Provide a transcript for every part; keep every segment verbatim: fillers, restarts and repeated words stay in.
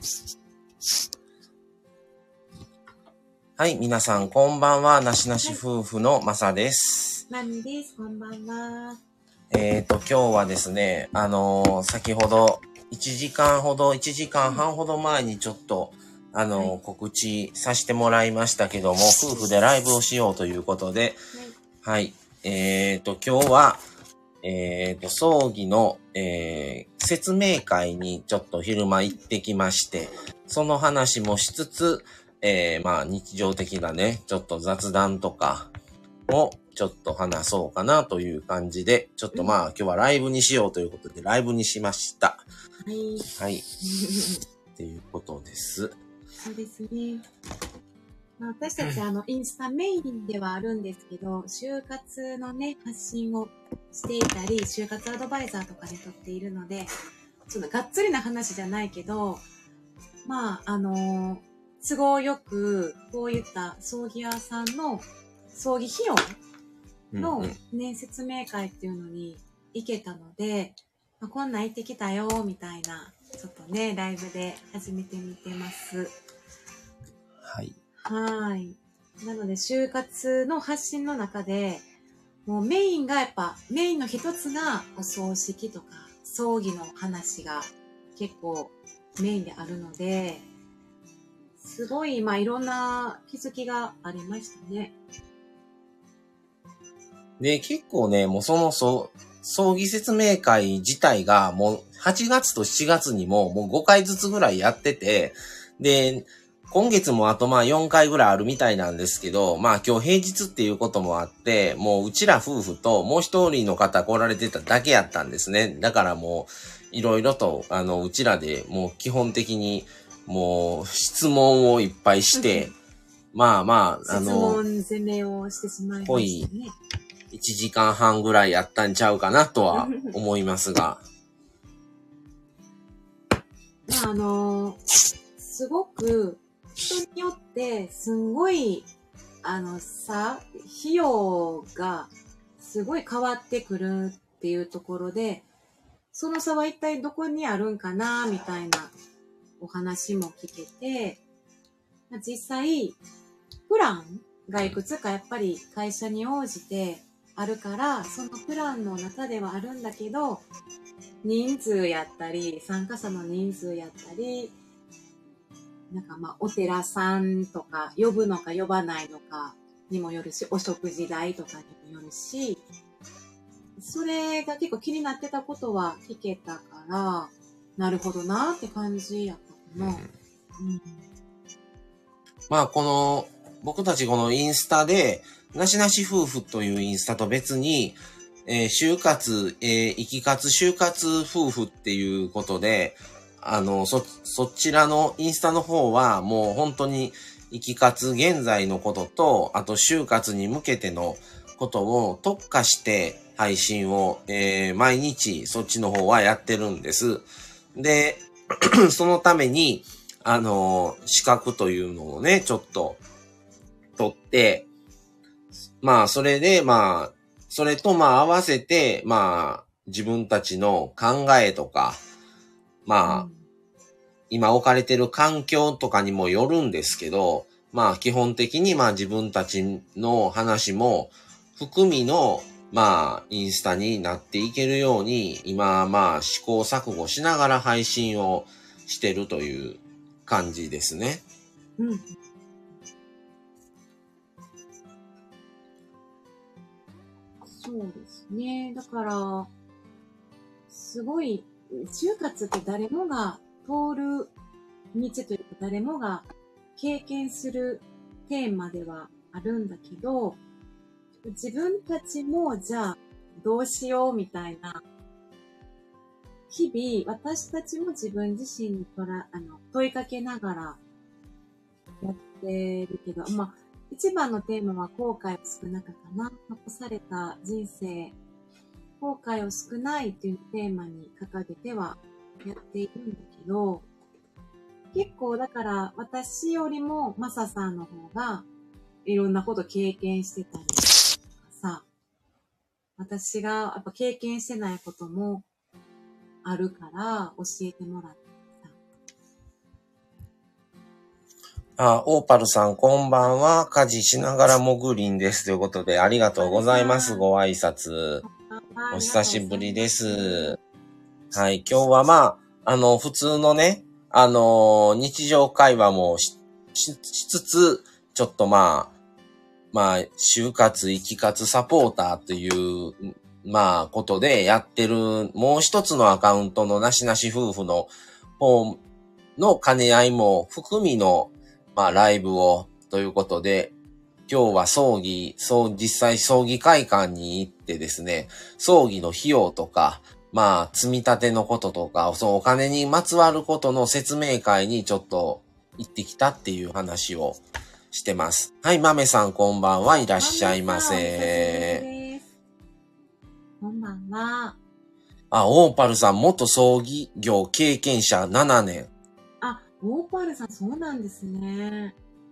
はい、皆さんこんばんは。なしなし夫婦のまさです。 まみです。こんばんは。 えーと、今日はですね、あのー、先ほどいちじかんほど、いちじかんはんほど前にちょっと、あのーはい、告知させてもらいましたけども、夫婦でライブをしようということで、はい、はい、えーと、今日は、えーと、葬儀の、えー、説明会にちょっと昼間行ってきまして、その話もしつつ、えー、まあ日常的なね、ちょっと雑談とかをちょっと話そうかなという感じで、ちょっとまあ今日はライブにしようということでライブにしました。 はい。 はい。っていうことです。 そうですね。私たちあのインスタメインではあるんですけど、就活のね、発信をしていたり、就活アドバイザーとかで撮っているので、ちょっとがっつりな話じゃないけど、まあ、あの、都合よく、こういった葬儀屋さんの葬儀費用のね、うんうん、説明会っていうのに行けたので、まあ、こんなん行ってきたよ、みたいな、ちょっとね、ライブで始めてみてます。 はい。 はい。なので、就活の発信の中で、もうメインがやっぱ、メインの一つがお葬式とか、葬儀の話が結構メインであるので、すごい、まあいろんな気づきがありましたね。 で、結構ね、もうその葬、葬儀説明会自体がもうはちがつとしちがつにももうごかいずつぐらいやってて、で、今月もあとまあよんかいぐらいあるみたいなんですけど、まあ今日平日っていうこともあって、もううちら夫婦ともう一人の方来られてただけやったんですね。だからもういろいろとあのうちらでもう基本的にもう質問をいっぱいして、まあまあ、あの、質問攻めをしてしまいましたね。 いちじかんはんぐらいやったんちゃうかなとは思いますが。 まああの、すごく人によってすんごい、あのさ、費用がすごい変わってくるっていうところで、その差は一体どこにあるんかなみたいなお話も聞けて、実際、プランがいくつかやっぱり会社に応じてあるから、そのプランの中ではあるんだけど、人数やったり、参加者の人数やったり、なんかまあお寺さんとか呼ぶのか呼ばないのかにもよるし、お食事代とかにもよるし、それが結構気になってたことは聞けたから、なるほどなって感じやったかな。うんうん、 まあこの僕たちこのインスタでなしなし夫婦というインスタと別に、えー、就活、えー、生き活就活夫婦っていうことで、あのそそちらのインスタの方はもう本当に生き活現在のことと、あと就活に向けてのことを特化して配信を、えー、毎日そっちの方はやってるんです。でそのためにあの資格というのをねちょっと取って、まあそれでまあそれとまあ合わせてまあ自分たちの考えとかまあ、うん、今置かれてる環境とかにもよるんですけど、まあ基本的にまあ自分たちの話も含みのまあインスタになっていけるように今まあ試行錯誤しながら配信をしてるという感じですね。 うん。そうですね。だから、すごい、就活って誰もが通る道というか誰もが経験するテーマではあるんだけど、自分たちもじゃあどうしようみたいな、日々私たちも自分自身にとらあの問いかけながらやってるけど、まあ一番のテーマは後悔を少なくかな。残された人生、後悔を少ないというテーマに掲げてはやっているんだけど、結構だから私よりもマサさんの方がいろんなこと経験してたりとかさ、私がやっぱ経験してないこともあるから教えてもらってさ。 あ、オーパルさん、こんばんは。家事しながらもぐりんです。ということで、ありがとうございます。ご挨拶。お久しぶりです。はい、今日はまあ、あの、普通のね、あの、日常会話も し, し, しつつ、ちょっとまあ、まあ、就活、生き活サポーターという、まあ、ことでやってる、もう一つのアカウントのなしなし夫婦の方の兼ね合いも含みの、まあ、ライブを、ということで、今日は葬儀、そう、実際葬儀会館に行ってですね、葬儀の費用とか、まあ、積み立てのこととか、そのお金にまつわることの説明会にちょっと行ってきたっていう話をしてます。はい、豆さんこんばんはいらっしゃいませ。 こんばんは。 あ、オーパルさん元葬儀業経験者ななねん。 あ、オーパルさんそうなんですね。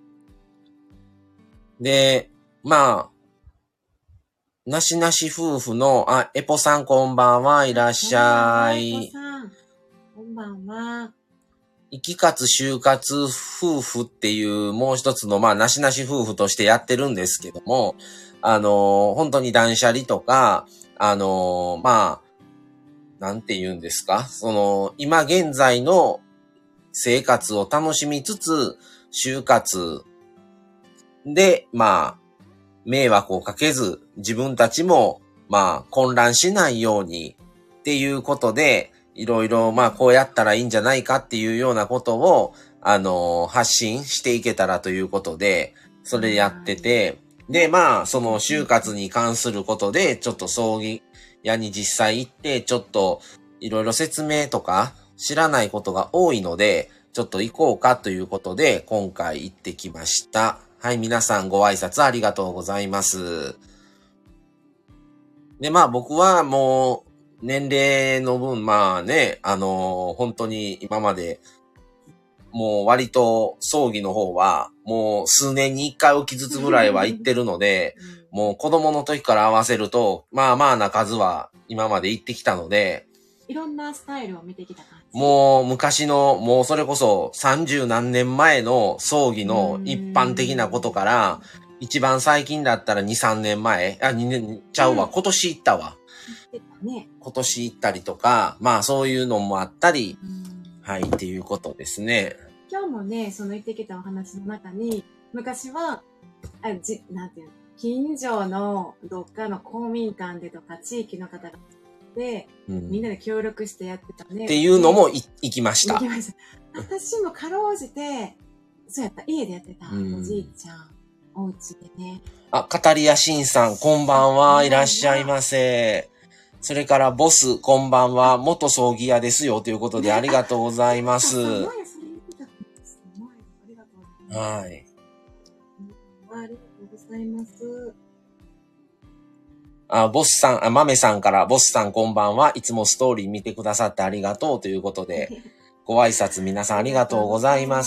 で、まあ、なしなし夫婦の、あ、エポさんこんばんはいらっしゃい。 エポさん、こんばんは。 生き活就活夫婦っていうもう一つのまあなしなし夫婦としてやってるんですけども、あのー、本当に断捨離とか、あのー、まあ、なんて言うんですか、その、今現在の生活を楽しみつつ、就活で、まあ、迷惑をかけず、自分たちも、まあ、混乱しないようにっていうことで、いろいろ、まあ、こうやったらいいんじゃないかっていうようなことを、あの、発信していけたらということで、それやってて、で、まあ、その就活に関することで、ちょっと葬儀屋に実際行って、ちょっと、いろいろ説明とか、知らないことが多いので、ちょっと行こうかということで、今回行ってきました。はい、皆さんご挨拶ありがとうございます。で、まあ僕はもう年齢の分、まあね、あのー、本当に今までもう割と葬儀の方はもう数年に一回おきずつぐらいは行ってるので、もう子供の時から合わせると、まあまあな数は今まで行ってきたので、 いろんなスタイルを見てきた感じ。 もう昔の、もうそれこそ三十何年前の葬儀の一般的なことから、一番最近だったらに、さんねんまえ、あ、にねんちゃうわ、うん、今年行ったわ。 行ってたね。 今年行ったりとか、まあそういうのもあったり、はい、っていうことですね。 今日もね、その行ってきたお話の中に、昔は、あじなんていうの、近所のどっかの公民館でとか地域の方がで、うん、みんなで協力してやってたね。 っていうのもい行きました。 行きました。私もかろうじて、そうやった、家でやってた、うん、おじいちゃん、お家でね。 あ、カタリアシンさん、こんばんは、いらっしゃいませ。それから、ボス、こんばんは、元葬儀屋ですよ、ということで、ありがとうございます。はい。 ありがとうございます。 あ、ボスさん、あ、マメさんから、ボスさんこんばんは。いつもストーリー見てくださってありがとうということで、ご挨拶皆さんありがとうございます。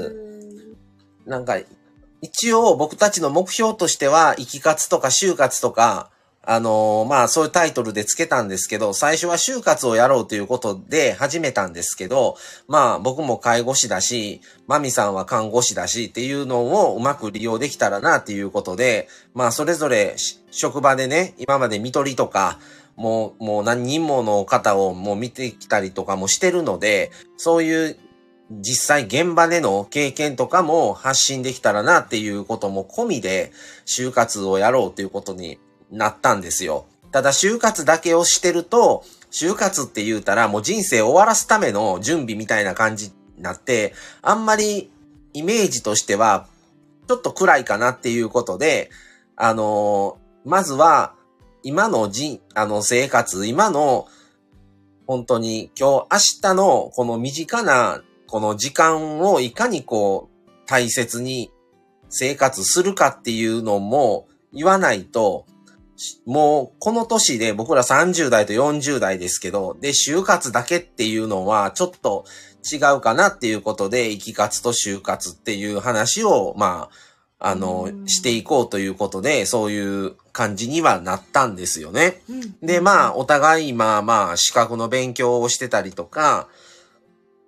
なんか、一応僕たちの目標としては、生き活とか就活とか、あのー、まあそういうタイトルで付けたんですけど、最初は就活をやろうということで始めたんですけど、まあ僕も介護士だし、マミさんは看護師だしっていうのをうまく利用できたらなっていうことで、まあそれぞれ職場でね、今まで看取りとか、もう、もう何人もの方をもう見てきたりとかもしてるので、そういう実際現場での経験とかも発信できたらなっていうことも込みで、就活をやろうということになったんですよ。ただ就活だけをしてると、就活って言うたらもう人生終わらすための準備みたいな感じになって、あんまりイメージとしてはちょっと暗いかなっていうことで、あのー、まずは今の人、あの生活、今の本当に今日明日のこの身近なこの時間をいかにこう大切に生活するかっていうのも言わないと、もうこの年で僕らさんじゅう代とよんじゅう代ですけど、で就活だけっていうのはちょっと違うかなっていうことで、生き活と就活っていう話をまああのしていこうということで、そういう感じにはなったんですよね。でまあお互い今まあ資格の勉強をしてたりとか、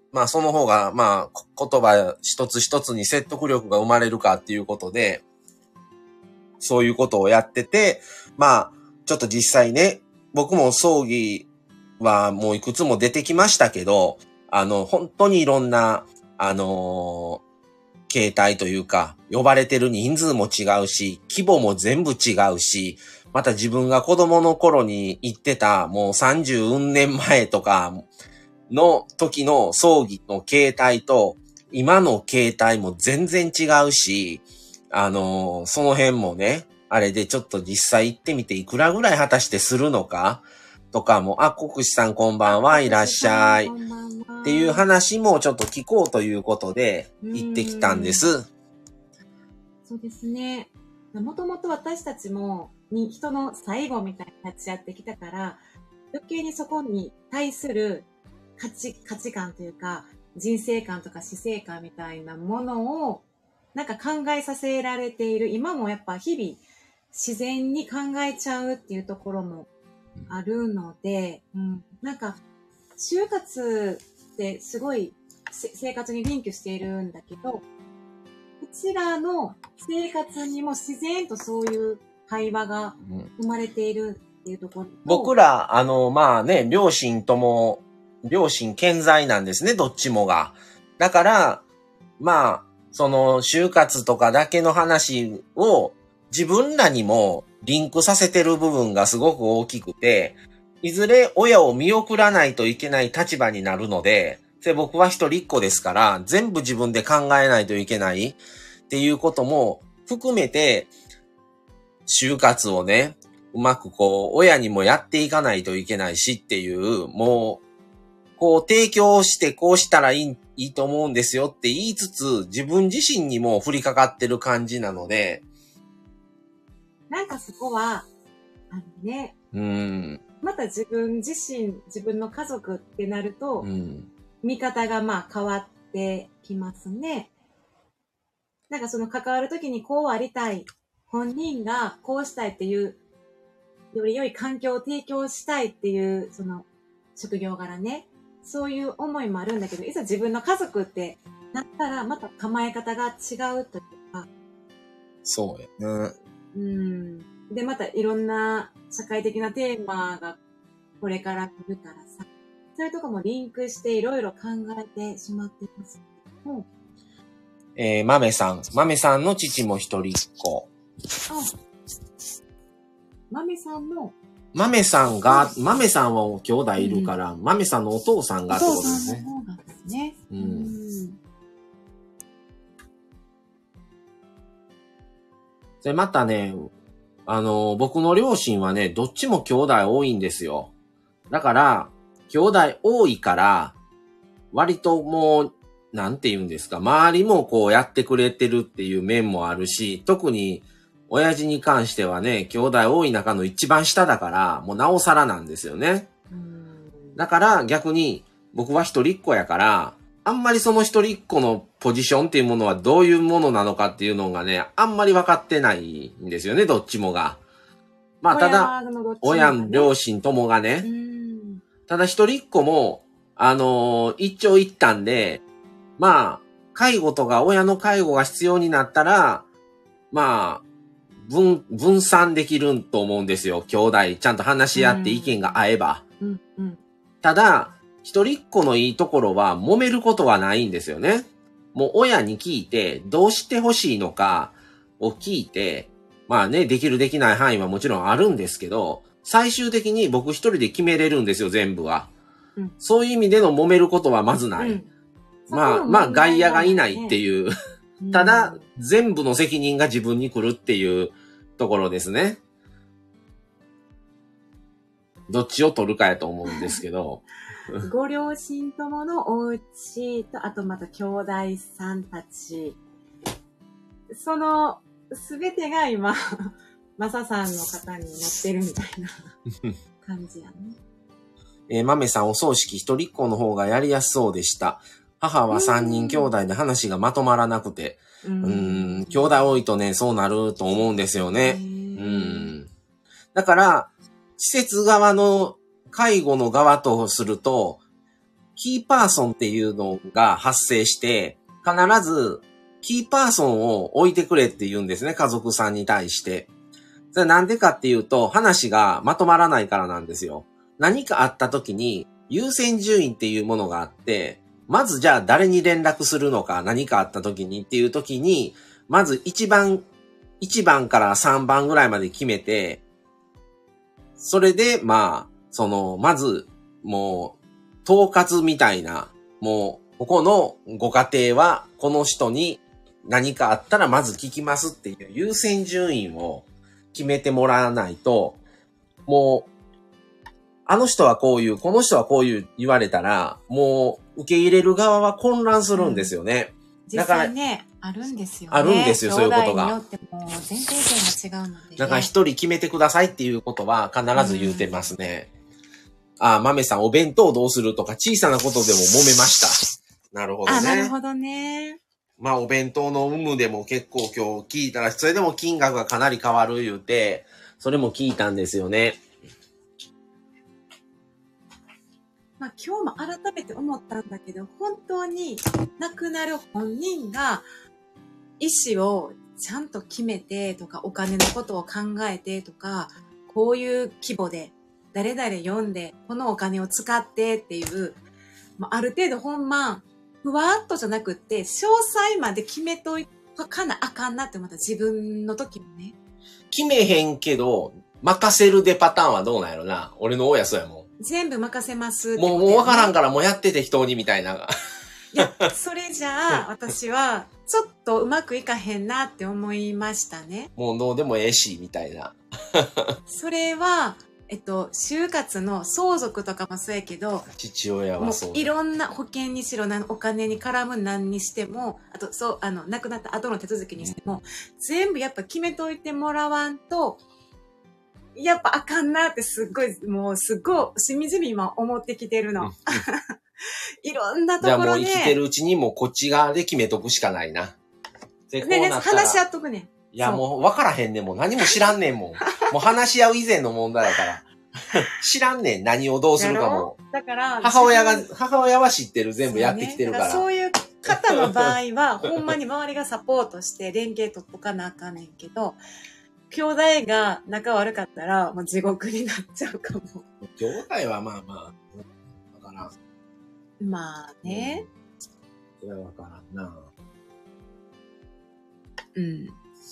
まあその方が、まあ言葉一つ一つに説得力が生まれるかっていうことで、そういうことをやってて、まあちょっと実際ね、僕も葬儀はもういくつも出てきましたけど、あの、本当にいろんな、あのー、形態というか、呼ばれてる人数も違うし、規模も全部違うし、また自分が子供の頃に行ってた、もうさんじゅううんねんまえとかの時の葬儀の形態と、今の形態も全然違うし、あのー、その辺もね、あれでちょっと実際行ってみていくらぐらい果たしてするのかとかも、あ、国士さんこんばんはいらっしゃい。っていう話もちょっと聞こうということで行ってきたんです。 そうですね。もともと私たちもに人の最後みたいに立ち会ってきたから、余計にそこに対する価値、価値観というか、人生観とか死生観みたいなものをなんか考えさせられている。今もやっぱ日々自然に考えちゃうっていうところもあるので、うん、なんか就活ってすごい生活にリンクしているんだけど、こちらの生活にも自然とそういう会話が生まれているっていうところ、うん、 僕ら、あの、まあね、両親とも、両親健在なんですね、どっちもが。だから、まあ、その、就活とかだけの話を自分らにもリンクさせてる部分がすごく大きくて、いずれ親を見送らないといけない立場になるので、で僕は一人っ子ですから、全部自分で考えないといけないっていうことも含めて、就活をね、うまくこう、親にもやっていかないといけないしっていう、もう、こう提供してこうしたらいい、いいと思うんですよって言いつつ、自分自身にも降りかかってる感じなので。 なんかそこは、あのね、 うん。 また自分自身、自分の家族ってなると、 うん、 見方がまあ変わってきますね。なんかその関わるときにこうありたい、本人がこうしたいっていう、より良い環境を提供したいっていう、その職業柄ね、そういう思いもあるんだけど、いざ自分の家族ってなったらまた構え方が違うというか。 そうやね。 うん。で、またいろんな社会的なテーマがこれから来るからさ、そういうとこもリンクしていろいろ考えてしまっています。うん、 えー、豆さん。豆さんの父も一人っ子。 あ、豆さんの豆さんが、豆さんは兄弟いるから、うん、豆さんのお父さんがってことですね。 お父さんの方がですね。うん。うんで、またね、あの、僕の両親はね、どっちも兄弟多いんですよ。だから、兄弟多いから、割ともう、なんて言うんですか、周りもこうやってくれてるっていう面もあるし、特に、親父に関してはね、兄弟多い中の一番下だから、もうなおさらなんですよね。だから逆に、僕は一人っ子やから、あんまりその一人っ子のポジションっていうものはどういうものなのかっていうのがね、あんまり分かってないんですよね、どっちもが。まあ、ただ、親、ね、両親ともがね。ただ一人っ子も、あのー、一長一短で、まあ、介護とか親の介護が必要になったら、まあ、分、分散できると思うんですよ。兄弟、ちゃんと話し合って意見が合えば。 うんうん、 ただ、一人っ子のいいところは揉めることはないんですよね。もう親に聞いて、どうしてほしいのかを聞いて、まあね、できるできない範囲はもちろんあるんですけど、最終的に僕一人で決めれるんですよ、全部は。うん、そういう意味での揉めることはまずない。うん、まあ、まあ、外野がいないっていう。ただ、全部の責任が自分に来るっていうところですね。どっちを取るかやと思うんですけど。 ご両親とものお家と、あとまた兄弟さんたち。その、すべてが今、マサさんの方に乗ってるみたいな感じやね。 えー、豆さんお葬式一人っ子の方がやりやすそうでした。母は三人兄弟で話がまとまらなくて。うーん、うーん兄弟多いとね、そうなると思うんですよね。うん。だから、施設側の介護の側とすると、 キーパーソンっていうのが発生して、必ずキーパーソンを置いてくれって言うんですね、家族さんに対して。それなんでかっていうと、話がまとまらないからなんですよ。何かあった時に優先順位っていうものがあって、まずじゃあ誰に連絡するのか、何かあった時にっていう時に、まずいちばん、いちばんからさんばんぐらいまで決めて、それで、まあ、その、まず、もう、統括みたいな、もう、ここのご家庭は、この人に何かあったらまず聞きますっていう優先順位を決めてもらわないと、もう、あの人はこういう、この人はこういう言われたら、もう受け入れる側は混乱するんですよね。 うん、実際ね、あるんですよね。 あるんですよ、そういうことが。 兄弟によっても全然意見が違うので、ね。 だから一人決めてくださいっていうことは必ず言うてますね。うん、あ、豆さんお弁当どうするとか小さなことでも揉めました。なるほどね。 あ、なるほどね。 まあお弁当の有無でも結構今日聞いたら、それでも金額がかなり変わる言うて、それも聞いたんですよね。 まあ今日も改めて思ったんだけど、本当に亡くなる本人が意思をちゃんと決めてとか、お金のことを考えてとか、こういう規模で誰々読んで、このお金を使ってっていう、まあ、ある程度ほんま、ふわっとじゃなくって、詳細まで決めといかなあかんなって思った自分の時もね。 決めへんけど、任せるでパターンはどうなんやろな。俺の親そうやもん。 全部任せますってもう、もうわからんからもうやってて人にみたいな。 いや、それじゃあ、私は、ちょっとうまくいかへんなって思いましたね。 もうどうでもええし、みたいな。 それは、えっと、就活の相続とかもそうやけど、 父親はそう、 ね。いろんな保険にしろ、お金に絡む何にしても、あと、そう、あの、亡くなった後の手続きにしても、うん、全部やっぱ決めといてもらわんと、やっぱあかんなってすっごい、もうすっごい、しみじみ今思ってきてるの。いろんなところで。 じゃあもう生きてるうちにもうこっち側で決めとくしかないな。 で、こうなったらね、話し合っとくねん。 いやもう分からへんねんもん。何も知らんねんもん。もう話し合う以前の問題だから。知らんねん。何をどうするかも。 だから、 母親が、母親は知ってる。全部やってきてるから。 そうね、だからそういう方の場合は、ほんまに周りがサポートして連携取っとかなあかんねんけど、兄弟が仲悪かったら、もう地獄になっちゃうかも。 兄弟はまあまあ、わからん。 まあね。 それはわからんな。 うん。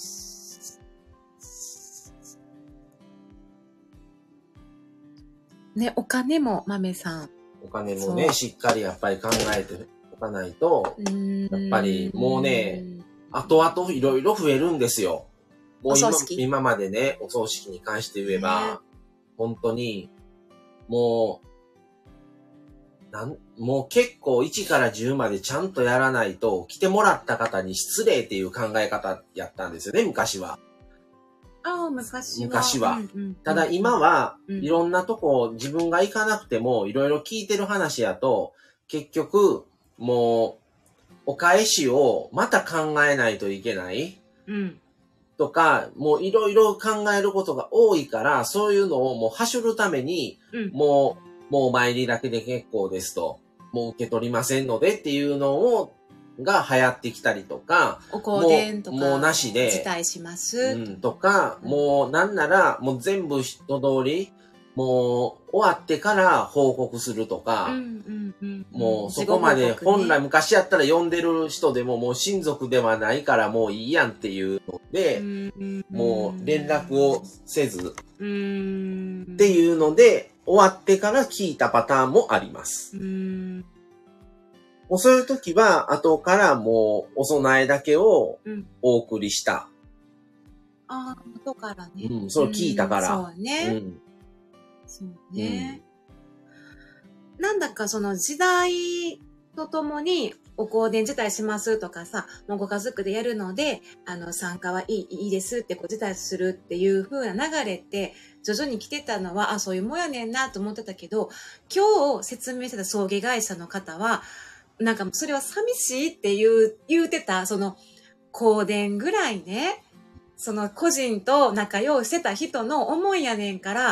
ね、お金も、豆さん。 お金もね、しっかりやっぱり考えておかないと、やっぱりもうね、後々いろいろ増えるんですよ。もう 今, 今までね、お葬式に関して言えば、ね、本当に、もう、なん、もう結構いちからじゅうまでちゃんとやらないと、来てもらった方に失礼っていう考え方やったんですよね、昔は。 ああ、昔は。 昔は。うんうん、ただ今は、うん、いろんなとこ自分が行かなくても、いろいろ聞いてる話やと、結局、もう、お返しをまた考えないといけない。 うんとか、もういろいろ考えることが多いから、そういうのをもう走るために、うん、もう、もうお参りだけで結構ですと、もう受け取りませんのでっていうのを、が流行ってきたりとか、 お香典とか、 もうなしで、 辞退します、 うん、とか、うん、もうなんなら、もう全部一通り、もう終わってから報告するとか、 うんうんうん、 もうそこまで、本来昔やったら呼んでる人でももう親族ではないからもういいやんっていうので、もう連絡をせず、っていうので、終わってから聞いたパターンもあります。 うんもうそういう時は、後からもうお供えだけをお送りした。 うん、ああ、後からね。 うん、それ聞いたから。 そうね。うんそうね、うん。なんだかその時代とともにお香典辞退しますとかさ、もうご家族でやるので、あの参加はいい、いいですってこう辞退するっていう風な流れって徐々に来てたのは、あ、そういうもんやねんなと思ってたけど、今日説明してた葬儀会社の方は、なんかそれは寂しいって言う、言うてた、その香典ぐらいね、その個人と仲良くしてた人の思いやねんから、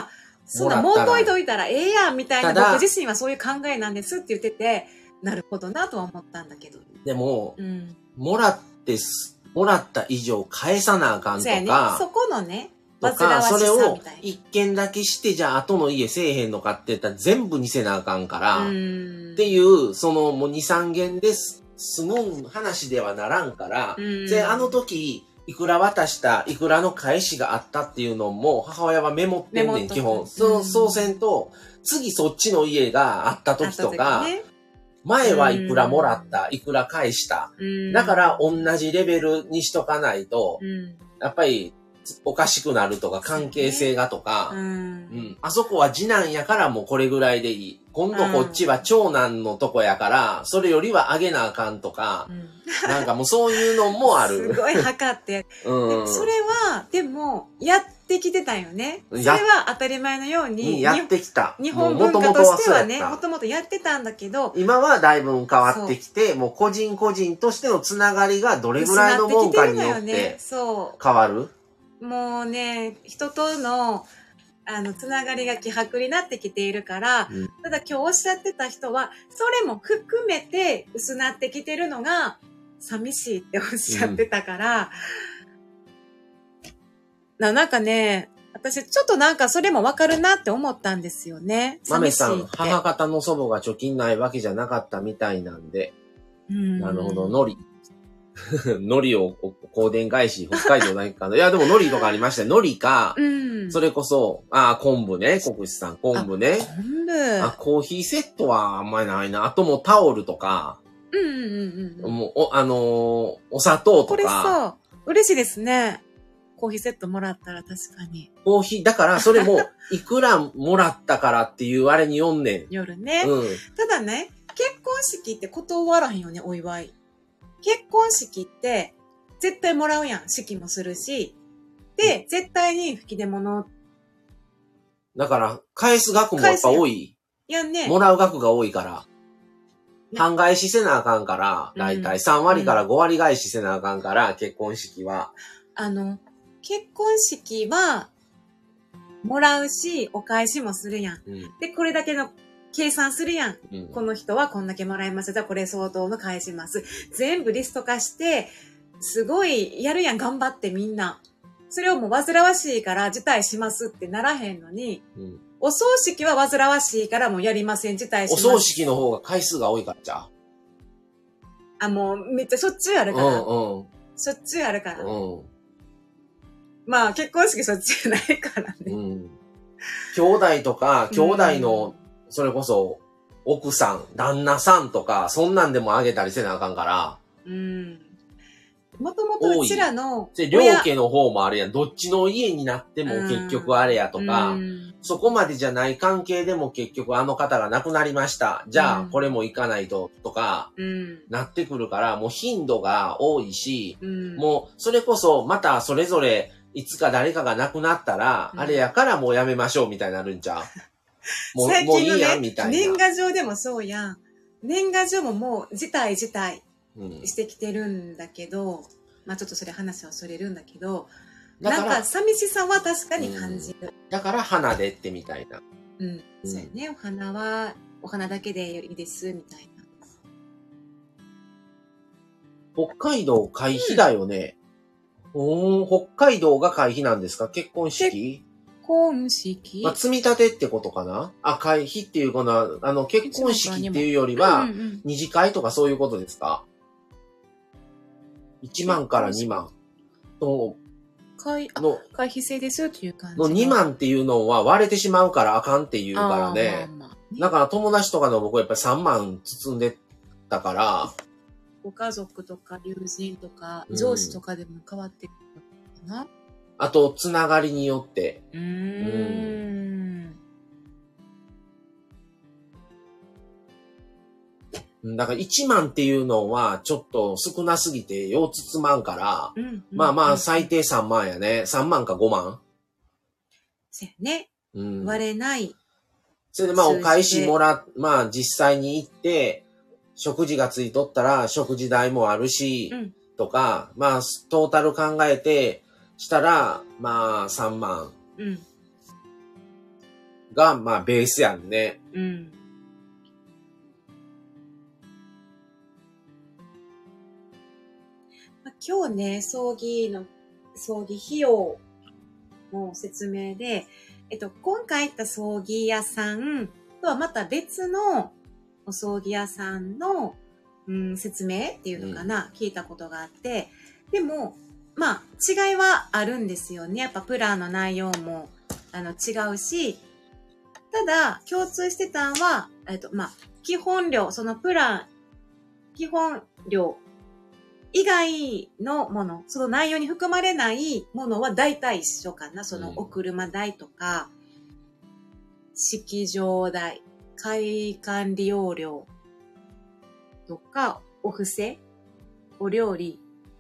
そんなもんどいといたらええやんみたいな、僕自身はそういう考えなんですって言ってて、なるほどなとは思ったんだけど。 でも、 うん、 もらってす、もらった以上返さなあかんとそうやね。 か、 そこのね、 とか、それをみたいな一件だけして、じゃあ後の家せえへんのかって言ったら全部見せなあかんから、っていう、そのもうに、さん件です済む話ではならんから、で、あの時、いくら渡した、いくらの返しがあったっていうのも母親はメモってんねん、基本。そう、そうせんと、次そっちの家があった時とか、ね、前はいくらもらった、いくら返した。だから同じレベルにしとかないと、やっぱりおかしくなるとか関係性がとか、うんうん、あそこは次男やからもうこれぐらいでいい。今度こっちは長男のとこやから、それよりは上げなあかんとか、うん、なんかもうそういうのもある。 すごい測って。うん、それは、でも、やってきてたよね。それは当たり前のように。 やってきた。 日本文化としてはね、もともとやってたんだけど。 今はだいぶ変わってきて、もう個人個人としてのつながりがどれぐらいのもんかによって変わる。 もうね、人との、あの、つながりが希薄になってきているから、うん、ただ今日おっしゃってた人は、それも含めて薄なってきてるのが、寂しいっておっしゃってたから、うん、な、なんかね、私ちょっとなんかそれもわかるなって思ったんですよね。 豆さん、母方の祖母が貯金ないわけじゃなかったみたいなんで、うん、なるほど、のり。海苔を香典返し、北海道ないかな。いや、でも海苔とかありましたよ。海苔か、うん、それこそ、あ、昆布ね、国士さん、昆布ね。 昆布。 あ、コーヒーセットはあんまりないな。あともうタオルとか、 うんうんうんうん。 もう、お、あのー、お砂糖とか。 これさ、嬉しいですね。コーヒーセットもらったら確かに。 コーヒー、だからそれも、いくらもらったからっていうあれによんねん。 夜ね。うん。ただね、結婚式って断らへんよね、お祝い。結婚式って、絶対もらうやん。式もするし。で、うん、絶対に吹き出物。 だから、返す額もやっぱ多い。 いやね。 もらう額が多いから。ね、半返しせなあかんから、だいたいさん割からご割返しせなあかんから、うん、結婚式は。 あの、結婚式は、もらうし、お返しもするやん。うん、で、これだけの、計算するやん、うん。この人はこんだけもらいました。じゃあこれ相当の返します。全部リスト化して、すごいやるやん、頑張ってみんな。それをもう煩わしいから辞退しますってならへんのに、うん、お葬式は煩わしいからもうやりません、辞退します。 お葬式の方が回数が多いからじゃあ、もうめっちゃしょっちゅうあるから。うんうん、しょっちゅうあるから。うん、まあ結婚式しょっちゅうないからね。うん、 兄弟とか、兄弟の、うんそれこそ、奥さん、旦那さんとか、そんなんでもあげたりせなあかんから。うん。 もともとうちらの。 両家の方もあれやん。どっちの家になっても結局あれやとか、うん、そこまでじゃない関係でも結局あの方が亡くなりました。じゃあ、これも行かないと、とか、うん、なってくるから、もう頻度が多いし、うん、もう、それこそ、またそれぞれ、いつか誰かが亡くなったら、あれやからもうやめましょうみたいになるんちゃうもう最近のね、年賀状でもそうやん。年賀状ももう辞退辞退してきてるんだけど、うん、まあちょっとそれ話はそれるんだけど、なんか寂しさは確かに感じる。うん、 だから花でってみたいな。 うん。うん、そうやね。お花は、お花だけでいいです、みたいな。 北海道会費だよね。うん、おー、北海道が会費なんですか結婚式結婚式、 まあ、積み立てってことかなあ、会費っていうかな、あの、結婚式っていうよりは、二次会とかそういうことですか ?いち 万からにまんの、 会、の会費制ですっていう感じ。 のにまんっていうのは割れてしまうからあかんっていうからね。まあまあねだから友達とかの僕はやっぱりさんまん包んでたから。 ご家族とか友人とか上司とかでも変わってくるかな、うんあと、つながりによって。 うーん。 うん。だからいちまんっていうのはちょっと少なすぎてようつつまんから、うんうん、まあまあ最低さんまんやね。さんまんかごまんそうやね。うん、割れない。 それでまあお返しもら、まあ実際に行って、食事がついとったら食事代もあるし、うん、とか、まあトータル考えて、したら、まあ、さんまん。うん。 が、まあ、ベースやんね。 うん。まあ、今日ね、葬儀の、葬儀費用の説明で、えっと、今回行った葬儀屋さんとはまた別のお葬儀屋さんの、うん、説明っていうのかな、うん、聞いたことがあって、でも、まあ、違いはあるんですよね。やっぱプランの内容も、あの、違うし、ただ、共通してたんは、えっと、まあ、基本料、そのプラン、基本料以外のもの、その内容に含まれないものは大体一緒かな。そのお車代とか、式場代、会館利用料とか、お布施、お料理、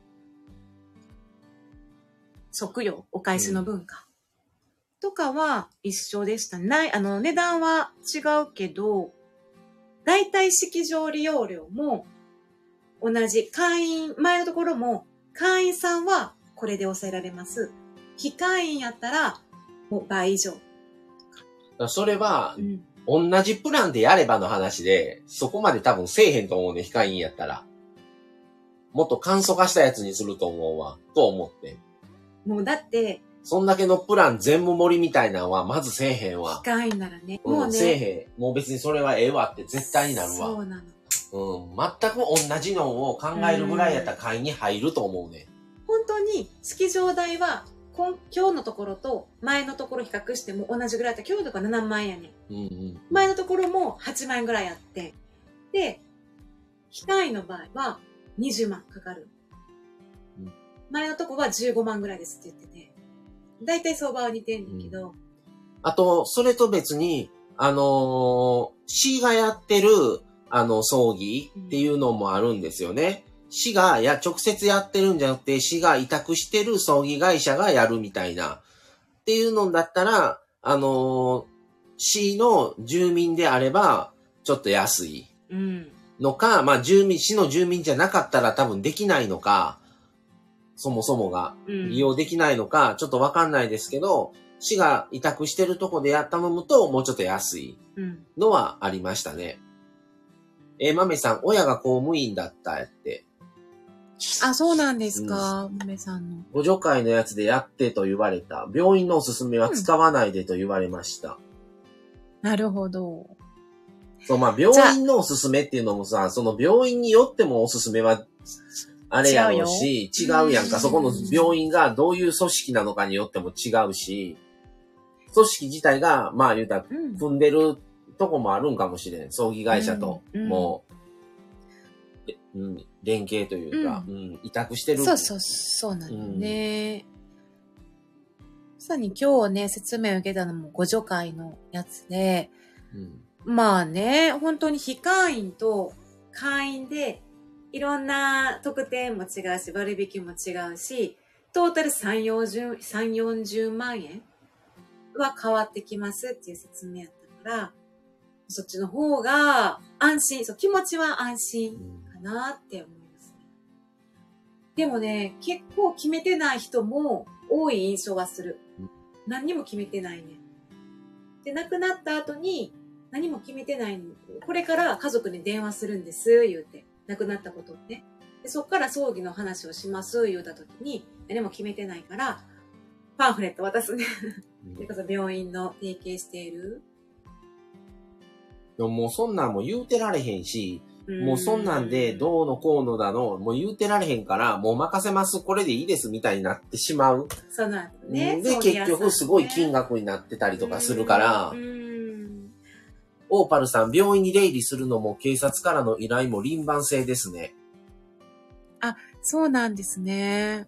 食用、お返しの文化、うん、とかは一緒でした。ない、あの、値段は違うけど、だいたい式場利用料も同じ。会員、前のところも、会員さんはこれで抑えられます。非会員やったら、もう倍以上。 それは、うん、同じプランでやればの話で、そこまで多分せえへんと思うね、非会員やったら。もっと簡素化したやつにすると思うわ、と思って。 もうだって、 そんだけのプラン全部盛りみたいなのはまずせえへんわ。 非会員ならね。 もうね。せえへん。もう別にそれはええわって絶対になるわ。 そうなの。 うん。全く同じのを考えるぐらいやったら会員に入ると思うね。 本当に式場代は今日のところと前のところ比較しても同じぐらいだった。今日とかななまん円やねん。うんうん、前のところもはちまん円ぐらいあって。で、非会員の場合はにじゅうまんかかる。うん、前のとこはじゅうごまんぐらいですって言ってて。だいたい相場は似てんだけど、うん。 あと、それと別に、あのー、市がやってる、あの、葬儀っていうのもあるんですよね。うん、市がや、直接やってるんじゃなくて、市が委託してる葬儀会社がやるみたいな。っていうのだったら、あのー、市の住民であれば、ちょっと安いのか、うん、まあ、住民、市の住民じゃなかったら多分できないのか、そもそもが利用できないのか、ちょっとわかんないですけど、市が委託してるとこでやったむと、もうちょっと安いのはありましたね。うん、えー、豆さん、親が公務員だったって。 あ、そうなんですか、うん、豆さんの。 互助会のやつでやってと言われた。病院のおすすめは使わないでと言われました。 うん、なるほど。 そう、まあ、病院のおすすめっていうのもさ、その病院によってもおすすめは、あれやろうし、違うやんか。そこの病院がどういう組織なのかによっても違うし、組織自体が、まあ言うたら、組んでるとこもあるんかもしれん。葬儀会社と、もう、うん、連携というか、うん、うん、委託してる。 そうそう、そうなのね。うん、まさに今日ね、説明を受けたのも互助会のやつで、うん、まあね、本当に非会員と会員で、いろんな特典も違うし、割引も違うし、トータルさんじゅう、よんじゅうまん円は変わってきますっていう説明やったから、そっちの方が安心、そう、気持ちは安心かなって思いますね。でもね、結構決めてない人も多い印象はする。何にも決めてないね。で、亡くなった後に何も決めてないの。これから家族に電話するんです、言うて。亡くなったことをね。で、そっから葬儀の話をします、言うたときに、何も決めてないから、パンフレット渡すね。それこそ病院の提携している。 でももうそんなんも言うてられへんし、もうそんなんでどうのこうのだの、もう言うてられへんから、もう任せます、これでいいですみたいになってしまう。 そうなんですね。 で、結局すごい金額になってたりとかするから、オーパルさん、病院に出入りするのも警察からの依頼も輪番制ですね。 あ、そうなんですね。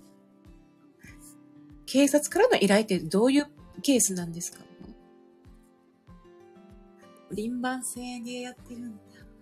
警察からの依頼ってどういうケースなんですか？輪番制でやってるんだ。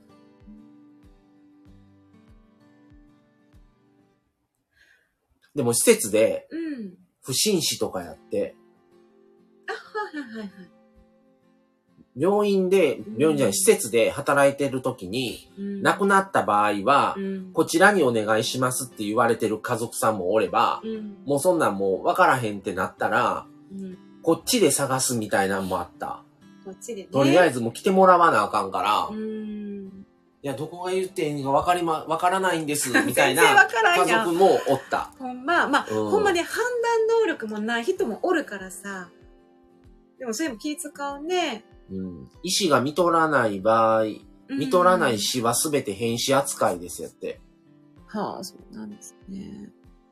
でも施設で、不審死とかやって、 うん、あ、はいはいはいはい。 病院で、病院じゃない、施設で働いてる時に、うん、亡くなった場合は、うん、こちらにお願いしますって言われてる家族さんもおれば、うん、もうそんなんもう分からへんってなったら、うん、こっちで探すみたいなんもあった。 こっちでね。 とりあえずもう来てもらわなあかんから、 うーん。 いや、どこが言ってんのかわかりま、わからないんです、みたいな全然わからんやん家族もおった。 ほんま、まあ、 うんほんまね、判断能力もない人もおるからさ。でもそれも気使うね。 うん。医師が見とらない場合、見とらない死はすべて変死扱いですやって。 はあ、そうなんですね。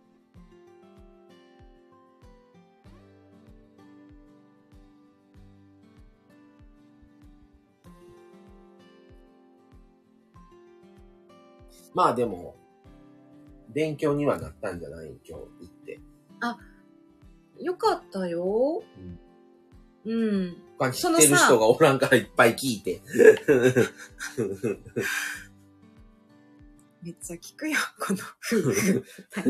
まあでも、勉強にはなったんじゃない今日行って。 あ、よかったよ。うん。うん。 他に知ってる人がおらんからいっぱい聞いて。 めっちゃ聞くよ、この夫婦。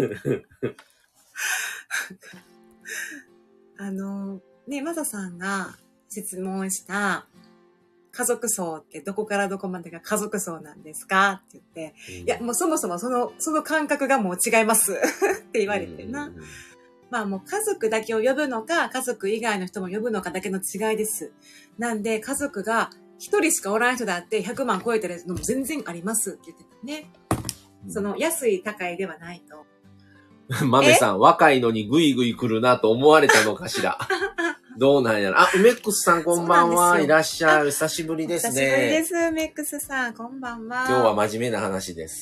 あの、ね、マサさんが質問した家族層ってどこからどこまでが家族層なんですかって言って、うん、いや、もうそもそもその、その感覚がもう違いますって言われてな。うんうんうん、まあもう家族だけを呼ぶのか、家族以外の人も呼ぶのかだけの違いです。なんで家族が一人しかおらん人だってひゃくまん超えてるのも全然ありますって言ってたね。うん、その安い高いではないと。 豆さん、若いのにグイグイ来るなと思われたのかしら。どうなんやろ。あ、梅ックスさんこんばんは。いらっしゃい。久しぶりですね。 久しぶりです。梅ックスさん、こんばんは。 今日は真面目な話です。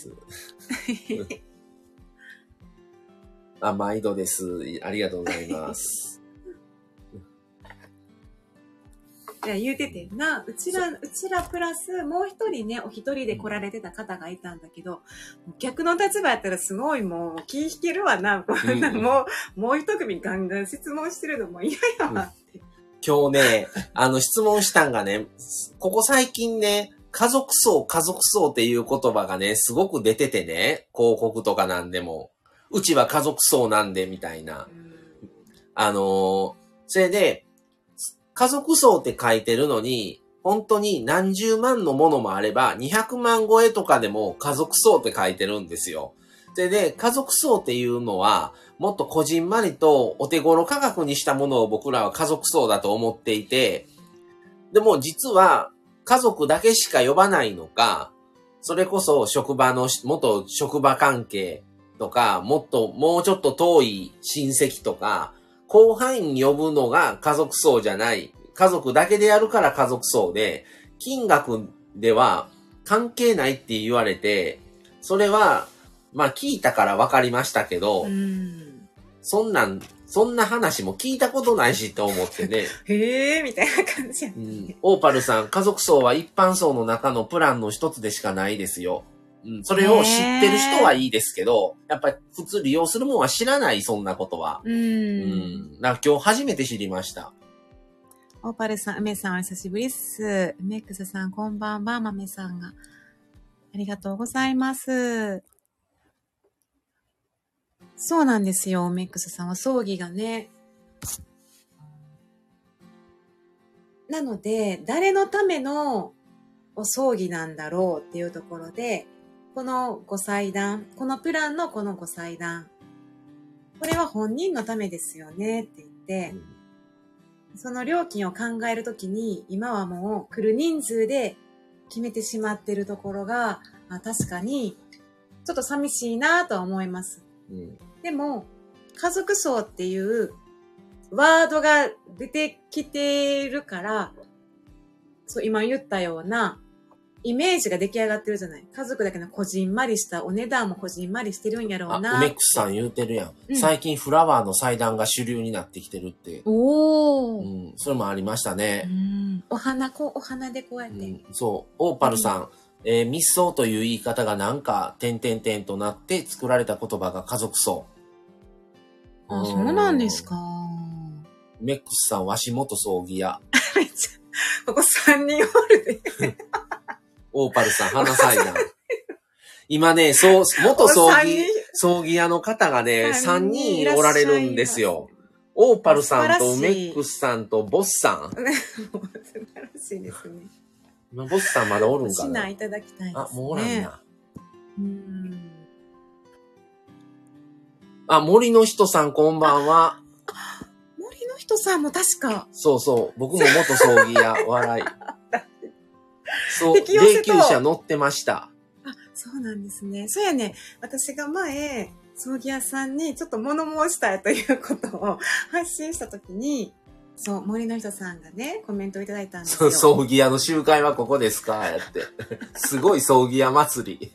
あ、毎度です。ありがとうございます。 いや、言うててんな。うちら、うちらプラス、もう一人ね、お一人で来られてた方がいたんだけど、逆の立場やったらすごいもう気引けるわな。うん、もう、もう一組ガンガン質問してるのも嫌やわって。うん、 今日ね、あの質問したんがね、ここ最近ね、家族層、家族層っていう言葉がね、すごく出ててね、広告とかなんでも、うちは家族層なんで、みたいな。うん、あのー、それで、家族層って書いてるのに、本当に何十万のものもあれば、にひゃくまん超えとかでも家族層って書いてるんですよ。で、で、家族層っていうのは、もっとこじんまりとお手頃価格にしたものを僕らは家族層だと思っていて、でも実は家族だけしか呼ばないのか、それこそ職場の、元職場関係とか、もっと、もうちょっと遠い親戚とか、広範囲に呼ぶのが家族層じゃない。家族だけでやるから家族層で、金額では関係ないって言われて、それは、まあ聞いたから分かりましたけど、うんそんなん、そんな話も聞いたことないしと思ってね。 へーみたいな感じやね、うん。 オーパルさん、家族層は一般層の中のプランの一つでしかないですよ。うん、それを知ってる人はいいですけど、やっぱり普通利用するもんは知らない、そんなことは。うん。うん。だから今日初めて知りました。 オーパルさん、梅さんお久しぶりっす。メックスさんこんばんは、豆さんが。ありがとうございます。そうなんですよ、メックスさんは葬儀がね。なので、誰のためのお葬儀なんだろうっていうところで、このご祭壇、このプランのこのご祭壇、これは本人のためですよねって言って、うん、その料金を考えるときに、今はもう来る人数で決めてしまってるところが、まあ、確かにちょっと寂しいなとは思います。うん、でも、家族層っていうワードが出てきてるから、そう今言ったようなイメージが出来上がってるじゃない。家族だけのこじんまりしたお値段もこじんまりしてるんやろうな。 あ、梅ックスさん言うてるやん、うん。最近フラワーの祭壇が主流になってきてるって。 おー。 うん、それもありましたね。 うん、お花、こう、お花でこうやって。うん、 そう。オーパルさん、うん、えー、密葬という言い方がなんか、点々点となって作られた言葉が家族葬。 あ、そうなんですか。 梅ックスさん、わし元葬儀屋。 めっちゃ、ここさんにんおるで。 オーパルさん、花祭壇。今ね、そう、元葬儀、葬儀屋の方がね、さんにんおられるんですよ。オーパルさんと梅ックスさんとボスさん。素晴らしいですね。 今ボスさんまだおるんかな。 指南いただきたいですね。 あ、もうおらんな。うん。あ、森の人さんこんばんは。 人さんも確か。 そうそう。僕も元葬儀屋、笑い。そう、 引き寄せと霊柩車乗ってました。 あ、そうなんですね。そうやね。私が前、葬儀屋さんにちょっと物申したいということを発信したときに、そう、森の人さんがね、コメントをいただいたんですよ。 葬儀屋の集会はここですかって。すごい葬儀屋祭り。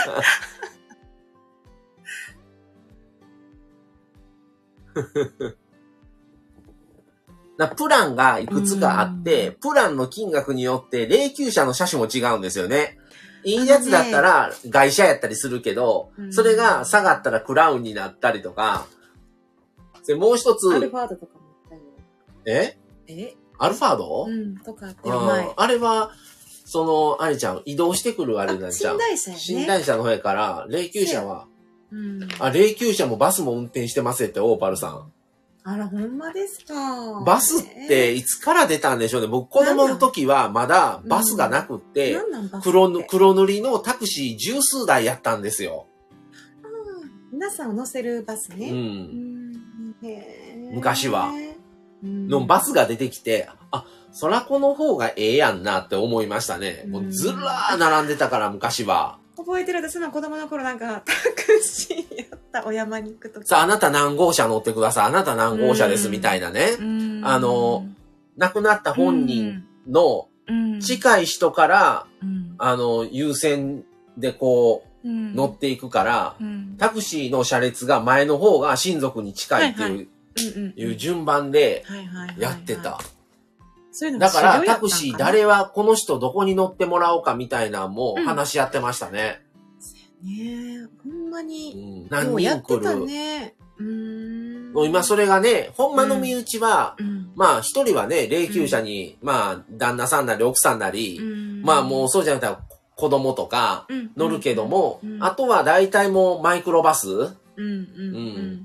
なプランがいくつかあって、プランの金額によって霊柩車の車種も違うんですよね。いいやつだったら外車やったりするけど、それが下がったらクラウンになったりとか、でもう一つ。 アルファードとかもあったよ。 ええアルファードうん、とかあってる前。 あれは、その、あれちゃん、移動してくるあれなんちゃう。 寝台車やね。 寝台車の方やから、霊柩車は、 うん、 あ、霊柩車もバスも運転してますって、オーパルさん。 あら、ほんまですか。 バスっていつから出たんでしょうね。僕子供の時はまだバスがなくって、黒ぬ、黒塗りのタクシー十数台やったんですよ。 ああ、皆さんを乗せるバスね。 うん。 うんへ昔は。のバスが出てきて、あ、そらこの方がええやんなって思いましたね。もうずらー並んでたから昔は。 覚えてる私の子供の頃なんかタクシーやったお山に行くとき。 さあ、あなた何号車乗ってください。あなた何号車ですみたいなね。あの、亡くなった本人の近い人から、あの、優先でこう、乗っていくから、タクシーの車列が前の方が親族に近いっていう、いう順番でやってた。だからタクシー誰はこの人どこに乗ってもらおうかみたいなのも話し合ってましたね。 うん、ねえ、ほんまに。 うん、何人来る。 ね、うーんもう今それがね、ほんまの身内は、うん、まあ一人はね、霊柩車に、うん、まあ旦那さんなり奥さんなり、うん、まあもうそうじゃなくて子供とか乗るけども、うんうん、あとは大体もうマイクロバス。うんうんうん。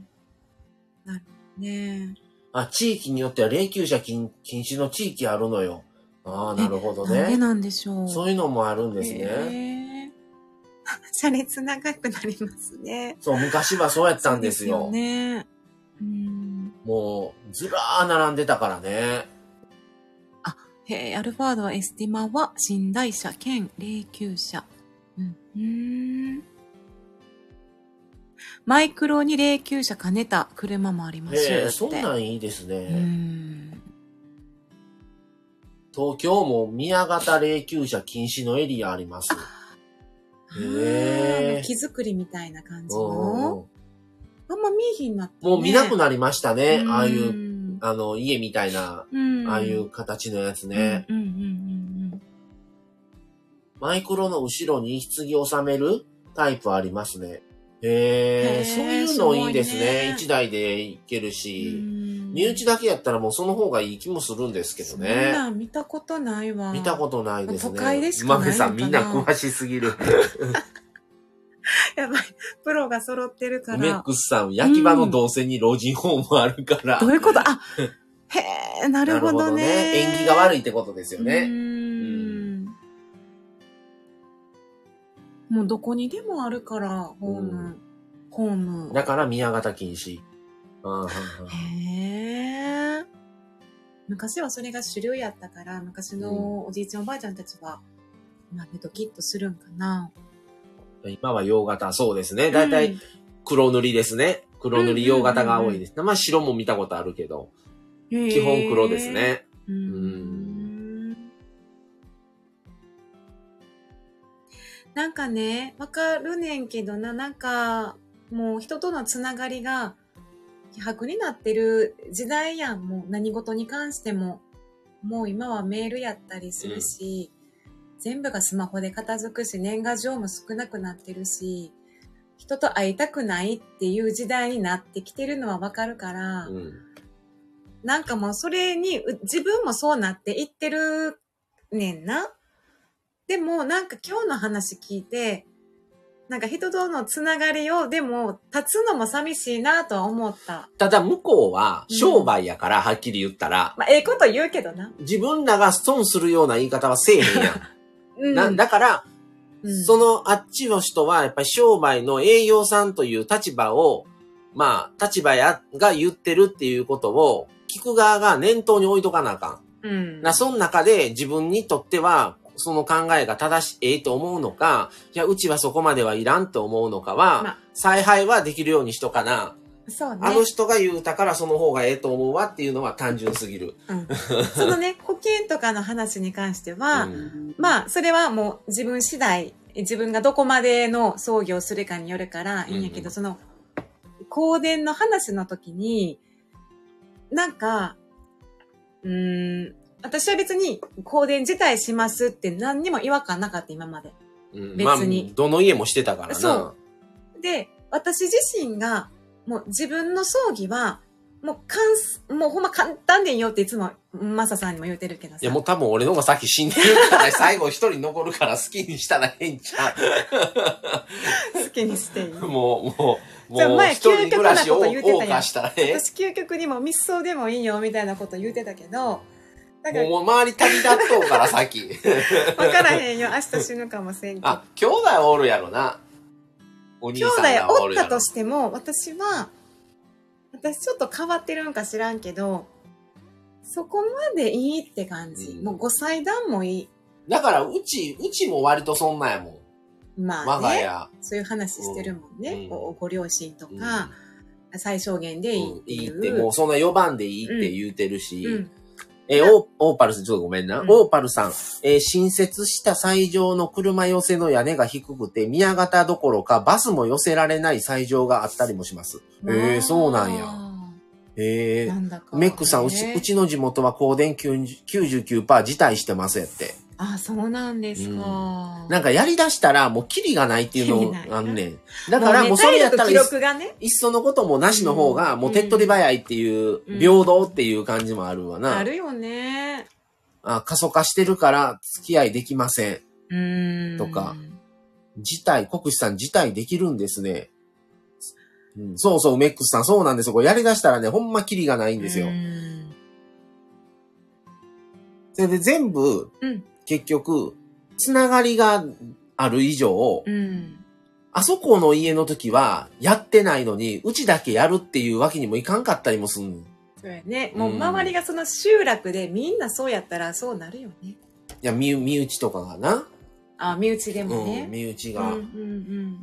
なるね。 あ、地域によっては霊柩車禁止の地域あるのよ。ああ、なるほどね。 なんでなんでしょう。 そういうのもあるんですね。 車列長くなりますね。 そう、昔はそうやったんですよ。 そうですよね。うん、 もう、ずらー並んでたからね。 あ、へえ、アルファードはエスティマは寝台車兼霊柩車。うん。うーんマイクロに霊柩車兼ねた車もありますよ。 ええ、そんなんいいですね。うん東京も宮型霊柩車禁止のエリアあります。 へえ。木造りみたいな感じの。あんま見えひんなって、 ね。もう見なくなりましたね。ああいう、あの、家みたいな、ああいう形のやつね。うんうんうんうん、マイクロの後ろに棺を収めるタイプありますね。へえ、そういうのいいですね。一台でいけるし。身内だけやったらもうその方がいい気もするんですけどね。 そんなん見たことないわ。 見たことないですね。 都会でしかないのかな。 マメさんみんな詳しすぎる。 やばい。プロが揃ってるから。 メックスさん、焼き場の動線に老人ホームあるから。 どういうことあ、へえ、なるほどね。なるほどね。 縁起が悪いってことですよね。 もうどこにでもあるから、ホーム。うん、ホーム。 だから宮型禁止。 へえ。昔はそれが主流やったから、昔のおじいちゃんおばあちゃんたちは、まあ、ドキッとするんかな。 今は洋型、そうですね。だいたい黒塗りですね。黒塗り洋型が多いです。まあ白も見たことあるけど、基本黒ですね。うん。なんかね、わかるねんけどな、なんか、もう人とのつながりが希薄になってる時代やん。もう何事に関しても。もう今はメールやったりするし、うん、全部がスマホで片付くし、年賀状も少なくなってるし、人と会いたくないっていう時代になってきてるのはわかるから、うん、なんかもうそれに自分もそうなっていってるねんな。でもなんか今日の話聞いて、なんか人とのつながりをでも立つのも寂しいなとは思った。 ただ向こうは商売やから、うん、はっきり言ったら。 まあええこと言うけどな。 自分らが損するような言い方はせえへんやん。うん、なだから、うん、そのあっちの人はやっぱり商売の営業さんという立場を、まあ立場やが言ってるっていうことを聞く側が念頭に置いとかなあかん。 うん。 な、その中で自分にとっては、その考えが正しい、ええと思うのか、いや、うちはそこまではいらんと思うのかは、 まあ采配はできるようにしとかな。 そうね。 あの人が言うたからその方がええと思うわっていうのは単純すぎる。 うん、そのね、保険とかの話に関しては、 うん、 まあ、それはもう自分次第、自分がどこまでの葬儀をするかによるからいいんやけど、うんうん、その、香典の話の時に、なんか、うーん、私は別に香典自体しますって何にも違和感なかった、今まで。 うん、別に、まあ。どの家もしてたからな。 そう。で、私自身が、もう自分の葬儀は、もうかん、もうほんま簡単でいいよっていつもマサさんにも言うてるけどさ。 いやもう多分俺の方が先死んでるから最後一人残るから好きにしたら変ちゃう。好きにしていい。 もう、もう、もう一人暮らしを謳歌したらえ私究極にも密葬でもいいよみたいなこと言うてたけど、 だからもう周り旅立っとうから先。 わからへんよ。明日死ぬかもせんけど。 あ、兄弟はおるやろな。お兄さんがおるやろ。 兄弟おったとしても、私は、私ちょっと変わってるんか知らんけど、そこまでいいって感じ。うん、もうご祭壇もいい。 だから、うち、うちも割とそんなんやもん。 まあね。 我が家。 そういう話してるもんね。うん、ご, ご両親とか、うん、最小限でいいっていう。 うん、いいって、もうそんなよばんでいいって言うてるし。 うんうんえー、オ, オーパルさん、ちょっとごめんな。うん、オーパルさん、えー、新設した斎場の車寄せの屋根が低くて、宮型どころかバスも寄せられない斎場があったりもします。えー、そうなんや。えー、メックさん、うち、うちの地元は香典 きゅうじゅうきゅうパーセント 辞退してますやって。 あ、そうなんですか、うん。 なんかやり出したらもうキリがないっていうのあんねん。だからもうそれやったらいっそのこともなしの方がもう手っ取り早いっていう平等っていう感じもあるわな。 あるよね。 あ、過疎化してるから付き合いできません。 うーんとか、辞退、国士さん辞退できるんですね。うん、そうそう、メックスさん、そうなんですよ。これやり出したらね、ほんまキリがないんですよ。それで全部、 うん結局、つながりがある以上、 うん、 あそこの家の時はやってないのに、うちだけやるっていうわけにもいかんかったりもすん。 そうやね。もう周りがその集落でみんなそうやったらそうなるよね。 いや、身、身内とかがな。 あ、身内でもね。 うん、身内が。 うんうんうん、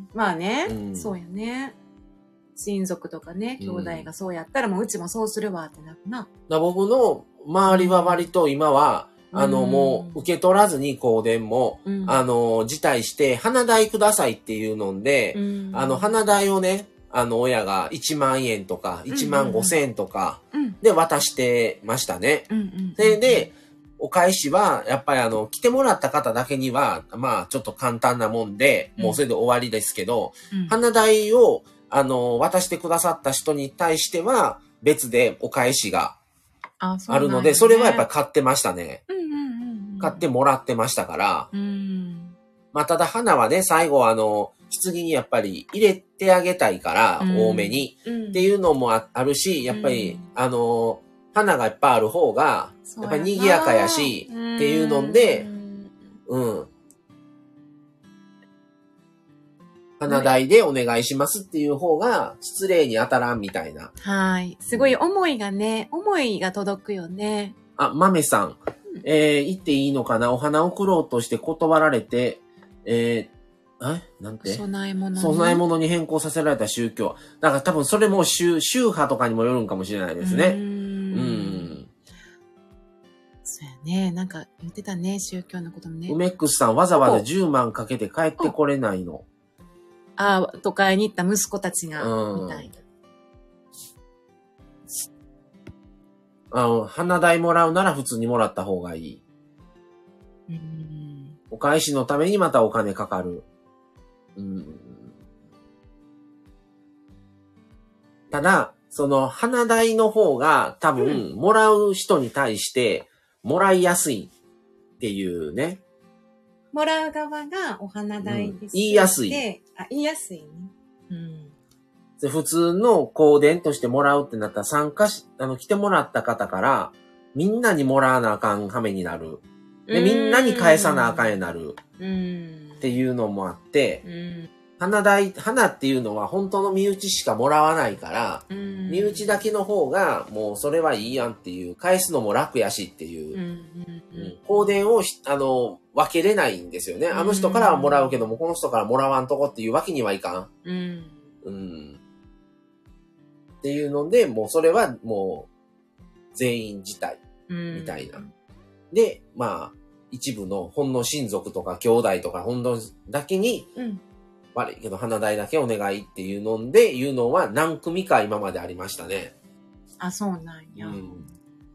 まあね、うん、そうやね。親族とかね、兄弟がそうやったらもううちもそうするわってなるな。 だ僕の周りは割と今は、あの、もう、受け取らずに香典も、うん、あの、辞退して、花代くださいっていうので、うん、あの、花代をね、あの、親がいちまんえんとか、いちまんごせんえんとか、で渡してましたね。 うんうん、 で、で、お返しは、やっぱりあの、来てもらった方だけには、まあ、ちょっと簡単なもんで、もうそれで終わりですけど、うん、花代を、あの、渡してくださった人に対しては、別でお返しがあるので、そ, ね、それはやっぱり買ってましたね。買ってもらってましたから。 うん、 まあ、ただ花はね、最後あの、棺にやっぱり入れてあげたいから、うん、多めに、うん、っていうのも あ, あるし、やっぱり、うん、あの、花がいっぱいある方が、やっぱり賑やかやし、っていうので、うん。花代でお願いしますっていう方が、失礼に当たらんみたいな。 はい。すごい思いがね、思いが届くよね。 あ、豆さん。えー、行っていいのかなお花送ろうとして断られて、えー、えなんて供え物に。 供え物に変更させられた宗教。だから多分それも宗、宗派とかにもよるんかもしれないですね。うーん。うんそうやね。なんか言ってたね、宗教のこともね。 ウメックスさんわざわざじゅうまんかけて帰ってこれないの。 ああ、都会に行った息子たちが、みたいな。 あの、花代もらうなら普通にもらった方がいい。 うん、 お返しのためにまたお金かかる。うん、ただ、その花代の方が多分、うん、もらう人に対してもらいやすいっていうね。 もらう側がお花代です、うん。 言いやすい。 あ、言いやすいね。うん普通の香典としてもらうってなったら参加し、あの、来てもらった方から、みんなにもらわなあかん羽目になる。で、みんなに返さなあかんになる。っていうのもあって、 花代、花っていうのは本当の身内しかもらわないから、 うん、 身内だけの方がもうそれはいいやんっていう、返すのも楽やしっていう、 うんうんうん、 香典をあの分けれないんですよね。あの人からはもらうけども、この人からもらわんとこっていうわけにはいかん。 うんうん、っていうので、もうそれはもう全員自体みたいな。うん、で、まあ、一部のほんの親族とか兄弟とかほんのだけに、うん、悪いけど花代だけお願いっていうので言うのは何組か今までありましたね。 あ、そうなんや。うん、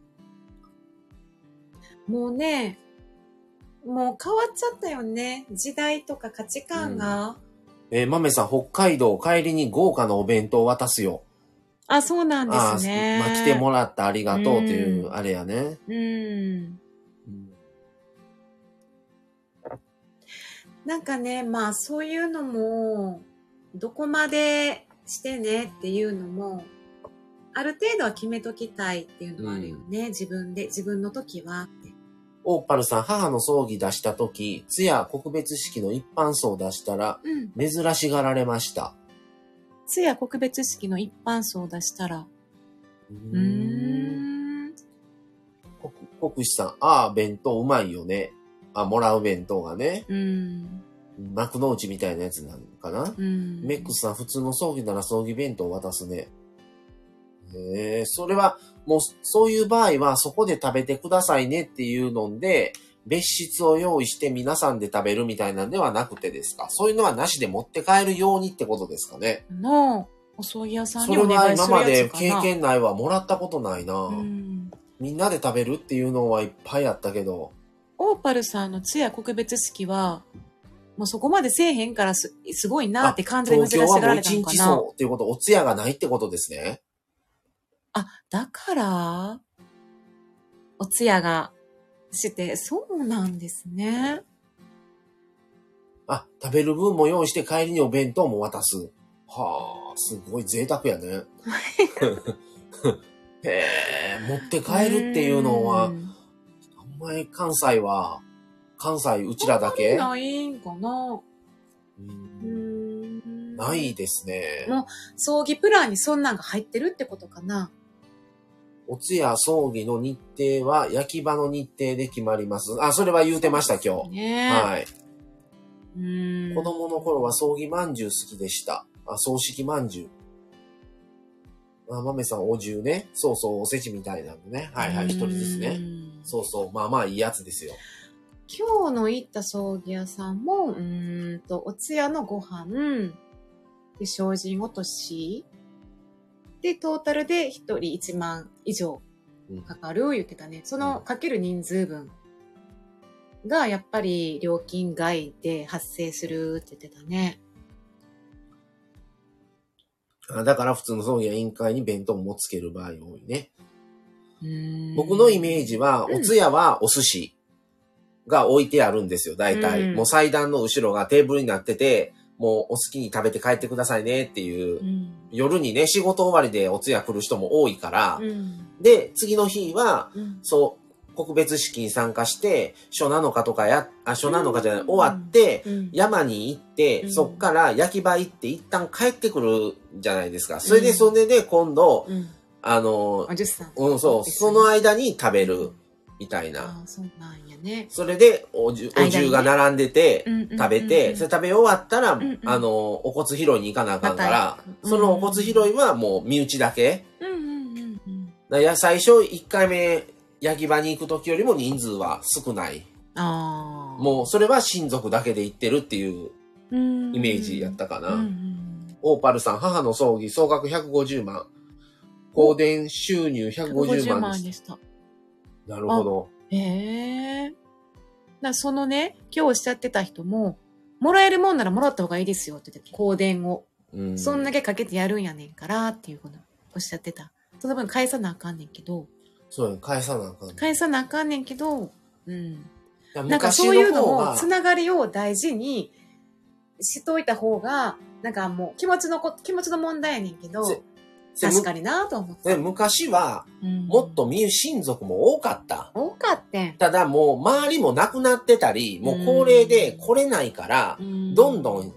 もうね、もう変わっちゃったよね。時代とか価値観が。 うん、えー、豆さん、北海道帰りに豪華なお弁当を渡すよ。 あ、そうなんですね。 あ、まあ、来てもらってありがとうっていう、うん、あれやね。 うん。うんなんかね、まあそういうのも、どこまでしてねっていうのも、ある程度は決めときたいっていうのもあるよね。うん、自分で、自分の時はって。 オーパルさん、母の葬儀出した時、通夜告別式の一般葬出したら、うん、珍しがられました。 通夜告別式の一般葬出したら。うーん。 国士さん、ああ、弁当うまいよね。あ、もらう弁当がね。 うん。 幕の内みたいなやつなのかな。うん。メックスさん、普通の葬儀なら葬儀弁当を渡すね。へえ、それは、もう、そういう場合は、そこで食べてくださいねっていうので、別室を用意して皆さんで食べるみたいなんではなくてですか？そういうのはなしで持って帰るようにってことですかね？ の、お葬儀屋さんにお願いするやつかな。 それは今まで経験ないわ。もらったことないな。うん、みんなで食べるっていうのはいっぱいあったけど。 オーパルさんの通夜告別式は、もうそこまでせえへんからす、すごいなって感じで珍しがられたのかな。 東京はもう一日そうっていうこと、お通夜がないってことですね。 あ、だから、お通夜がして、そうなんですね。 あ、食べる分も用意して帰りにお弁当も渡す。はあ、すごい贅沢やね。へえ、持って帰るっていうのは、あんまり関西は、関西うちらだけないんかな。 うーんないですね。 もう、葬儀プランにそんなんが入ってるってことかな。 お通夜葬儀の日程は焼き場の日程で決まります。あ、それは言うてました、今日。 ね、 はい。 うーん子供の頃は葬儀まんじゅう好きでした。あ、葬式まんじゅう。あ、豆さんお重ね。そうそう、おせちみたいなのね。はいはい、一人ですね。そうそう、まあまあいいやつですよ。 今日の行った葬儀屋さんも、うーんと、お通夜のご飯、で、精進落とし、で、トータルで一人いちまん以上かかる、言ってたね。そのかける人数分がやっぱり料金外で発生するって言ってたね。 だから普通の葬儀や委員会に弁当もつける場合が多いね。うーん僕のイメージは、お通夜はお寿司が置いてあるんですよ、大体。うん、もう祭壇の後ろがテーブルになってて、もうお好きに食べて帰ってくださいねっていう、うん、夜にね、仕事終わりでお通夜来る人も多いから、うん、で、次の日は、うん、そう、告別式に参加して、初七日とかや、あ、初七日じゃない、うん、終わって、うん、山に行って、うん、そっから焼き場行って一旦帰ってくるじゃないですか。それで、それで今度、うん、あの、うん、そう、その間に食べる。みたいな。 ああ、そうなんやね。 それでお重、お重が並んでて、食べて、それ食べ終わったら、うんうん、あの、お骨拾いに行かなあかんから、うん、そのお骨拾いはもう身内だけ。うんうんうんうん、だや最初いっかいめ焼き場に行くときよりも人数は少ない。あもうそれは親族だけで行ってるっていうイメージやったかな。うんうん、オーパルさん、母の葬儀、総額ひゃくごじゅうまん。香典収入ひゃくごじゅうまんです。なるほど。 へえ。だそのね、今日おっしゃってた人も、もらえるもんならもらった方がいいですよって言って、香典を。うん、そんだけかけてやるんやねんからっていうことおっしゃってた。その分返さなあかんねんけど。 そうや、返さなあかんねん。 返さなあかんねんけど、うん。なんかそういうのも、つながりを大事にしといた方が、なんかもう気持ちのこ、気持ちの問題やねんけど、確かになと思って。 昔は、もっと身内親族も多かった。 多かったん。 ただもう周りもなくなってたり、もう高齢で来れないから、どんどん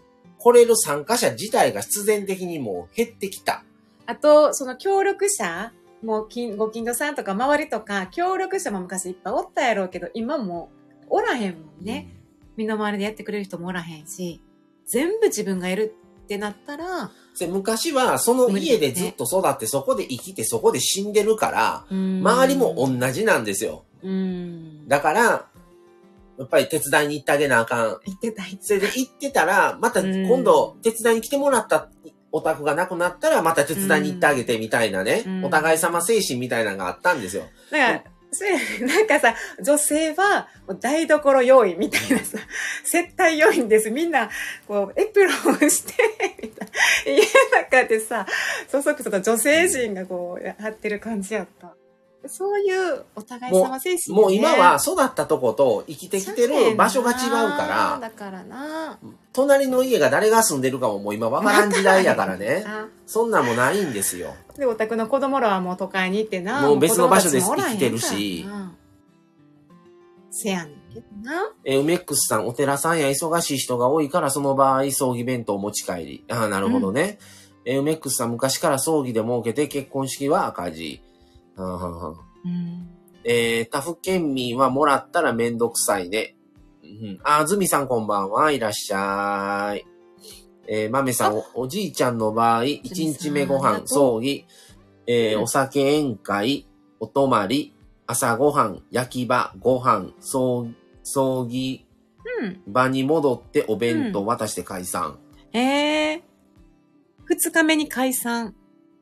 来れる参加者自体が必然的にもう減ってきた。 あと、その協力者、もう金、ご近所さんとか周りとか、協力者も昔いっぱいおったやろうけど、今もおらへんもんね。うん、身の回りでやってくれる人もおらへんし、全部自分がやるってなったら、 昔はその家でずっと育って、そこで生きて、そこで死んでるから、周りも同じなんですよ。うんだから、やっぱり手伝いに行ってあげなあかん。 行ってた、行ってた。 それで行ってたら、また今度手伝いに来てもらったお宅がなくなったら、また手伝いに行ってあげてみたいなね、お互い様精神みたいなのがあったんですよ。 だからそれなんかさ、女性は台所用意みたいなさ、接待要員です。みんな、こう、エプロンして、みたいな。家の中でさ、そそくそと女性陣がこう、やってる感じやった。そういうお互い様精神、 ね、もう、もう今は育ったとこと生きてきてる場所が違うから、 だからな。 隣の家が誰が住んでるかももう今わからん時代やからね。そんなんもないんですよ。 で、お宅の子供らはもう都会に行ってな。 もう別の場所で生きてるし。 せやねんけどな。 え、ウメックスさん、お寺さんや忙しい人が多いからその場合、葬儀弁当持ち帰り。ああ、なるほどね。うん、え、ウメックスさん、昔から葬儀で儲けて結婚式は赤字。はんはんはんうん、えー、他府県民はもらったらめんどくさいね。うん、あ、ずみさんこんばんはいらっしゃい。えー、まめさんお、おじいちゃんの場合、いちにちめご飯、葬儀、えーうん、お酒宴会、お泊まり、朝ごはん、焼き場、ご飯、葬儀場に戻ってお弁当渡して解散。 うん、えー、二日目に解散。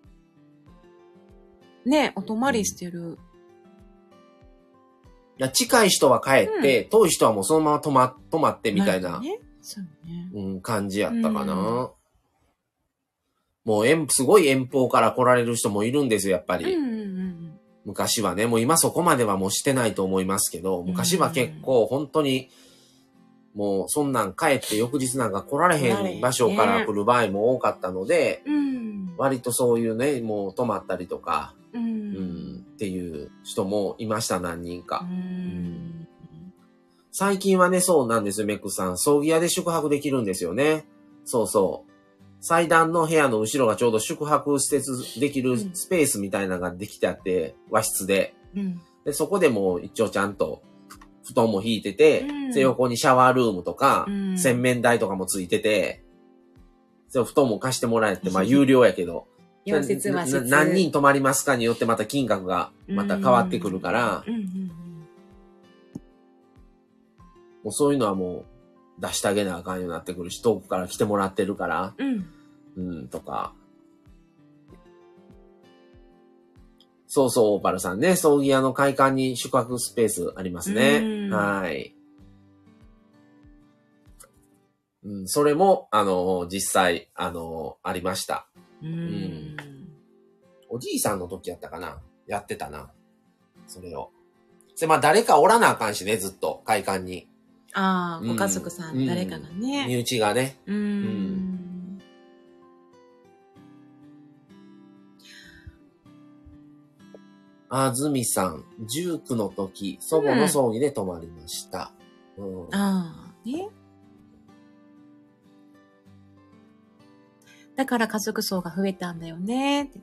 ね、お泊まりしてる。 いや近い人は帰って、うん、遠い人はもうそのまま泊ま、泊まってみたいな、 ねそうねうん、感じやったかな。うん、もう遠、すごい遠方から来られる人もいるんですよ、やっぱり。うんうんうん、昔はね、もう今そこまではもうしてないと思いますけど、昔は結構本当に、もうそんなん帰って翌日なんか来られへん場所から来る場合も多かったので、うん、割とそういうね、もう泊まったりとか、うんうん、っていう人もいました、何人か。うん、最近はね、そうなんですよ、メックさん。葬儀屋で宿泊できるんですよね。そうそう。祭壇の部屋の後ろがちょうど宿泊施設できるスペースみたいなのができてあって、和室で。うん、でそこでもう一応ちゃんと布団も引いてて、うん、で横にシャワールームとか、うん、洗面台とかもついてて、で布団も貸してもらえて、まあ有料やけど。 洋室和室何人泊まりますかによってまた金額がまた変わってくるから、うんうんうん、もうそういうのはもう出してあげなあかんようになってくるし、遠くから来てもらってるから、うん、うん、とか。そうそう、オーパルさんね、葬儀屋の会館に宿泊スペースありますね。はい。うん、それも、あの、実際、あの、ありました。うんうん、おじいさんの時やったかなやってたな。それを。で、まあ誰かおらなあかんしね、ずっと、会館に。 ああ、ご家族さん、うん、誰かがね。 身内がね。うん。うんあずみさん、じゅうきゅうの時、祖母の葬儀で泊まりました。うん。うん、 ああ、ね。だから家族層が増えたんだよね、っていう。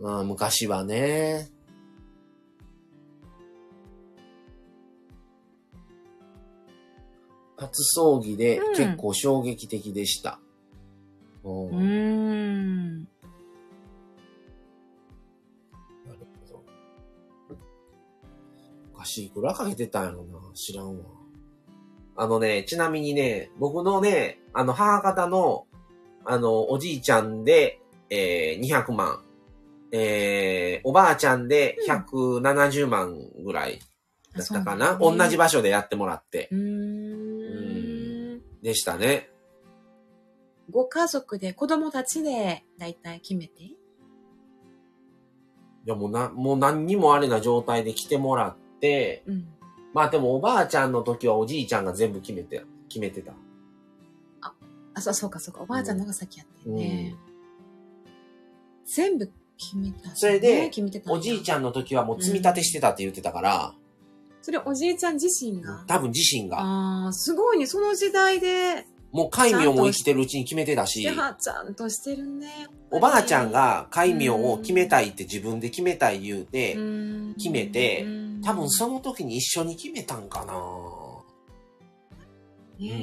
まあ、昔はね。初葬儀で結構衝撃的でした。うん。うーんなるほど。昔いくらかけてたんやろな。知らんわ。あのね、ちなみにね、僕のね、あの、母方の、あの、おじいちゃんで、えー、にひゃくまん。えー、おばあちゃんでひゃくななじゅうまんぐらいだったかな。うん、同じ場所でやってもらって。うーん。うんでしたね。 ご家族で、子供たちで、だいたい決めていや、もうな、もう何にもあれな状態で来てもらって、うんまあでもおばあちゃんの時はおじいちゃんが全部決めて、決めてた。 あ、あそうそうかそうか。おばあちゃんのが先やってね、うん。全部決めた、ね。 それで、決めてたおじいちゃんの時はもう積み立てしてたって言ってたから。 積それおじいちゃん自身が多分自身が。 ああ、すごいね。その時代で。 もう戒名も生きてるうちに決めてたし。 ちゃんとしてるね。 おばあちゃんが戒名を決めたいって自分で決めたい言うて、決めて、多分その時に一緒に決めたんかな。 ねえ、うん、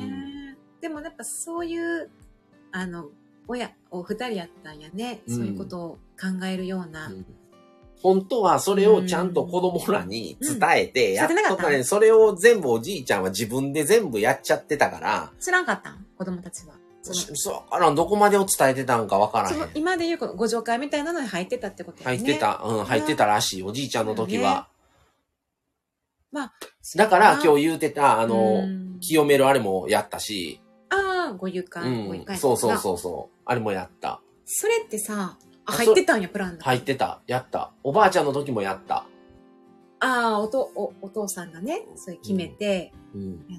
でもやっぱそういう、あの、親、お二人やったんやね。そういうことを考えるような。うんうん、 本当はそれをちゃんと子供らに伝えて、やっとかね、それを全部おじいちゃんは自分で全部やっちゃってたから。 知らんかったん子供たちは。 そうからん、どこまでを伝えてたんかわからへん。 今で言うご助会みたいなのに入ってたってことやね。 入ってた。うん、入ってたらしい。おじいちゃんの時は。まあ、だから今日言うてた、あの、清めるあれもやったし。 ああ、ご湯会。 うん、そうそうそうそう。あれもやった。 それってさ、あ、入ってたんや、プランだ。 入ってた。やった。おばあちゃんの時もやった。 ああ、おと、お、お父さんがね、それ決めて、やって、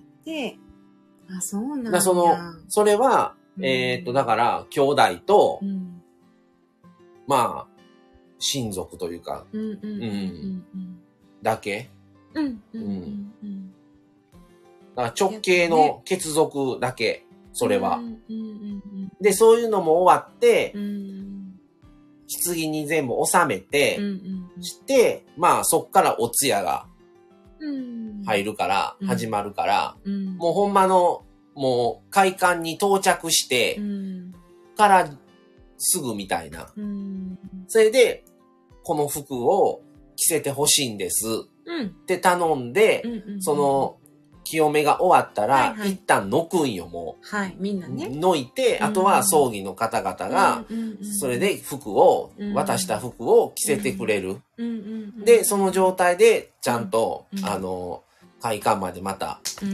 うん、あ、そうなんだ。 その、それは、うん、えっと、だから、兄弟と、うん、まあ、親族というか、だけ。うん。うん。だから直系の血族だけ、それは。で、そういうのも終わって、うん棺に全部収めて、して、まあそっからお通夜が入るから、うん、始まるから、うん、もうほんまの、もう会館に到着して、うん、からすぐみたいな。うん、それで、この服を着せてほしいんです。うん、って頼んで、うんうんうん、その、清めが終わったら、はいはい、一旦のくんよ、もう。 はい、みんなね。 のいて、あとは葬儀の方々が、それで服を、渡した服を着せてくれる。で、その状態で、ちゃんと、うん、あの、会館までまた、うん、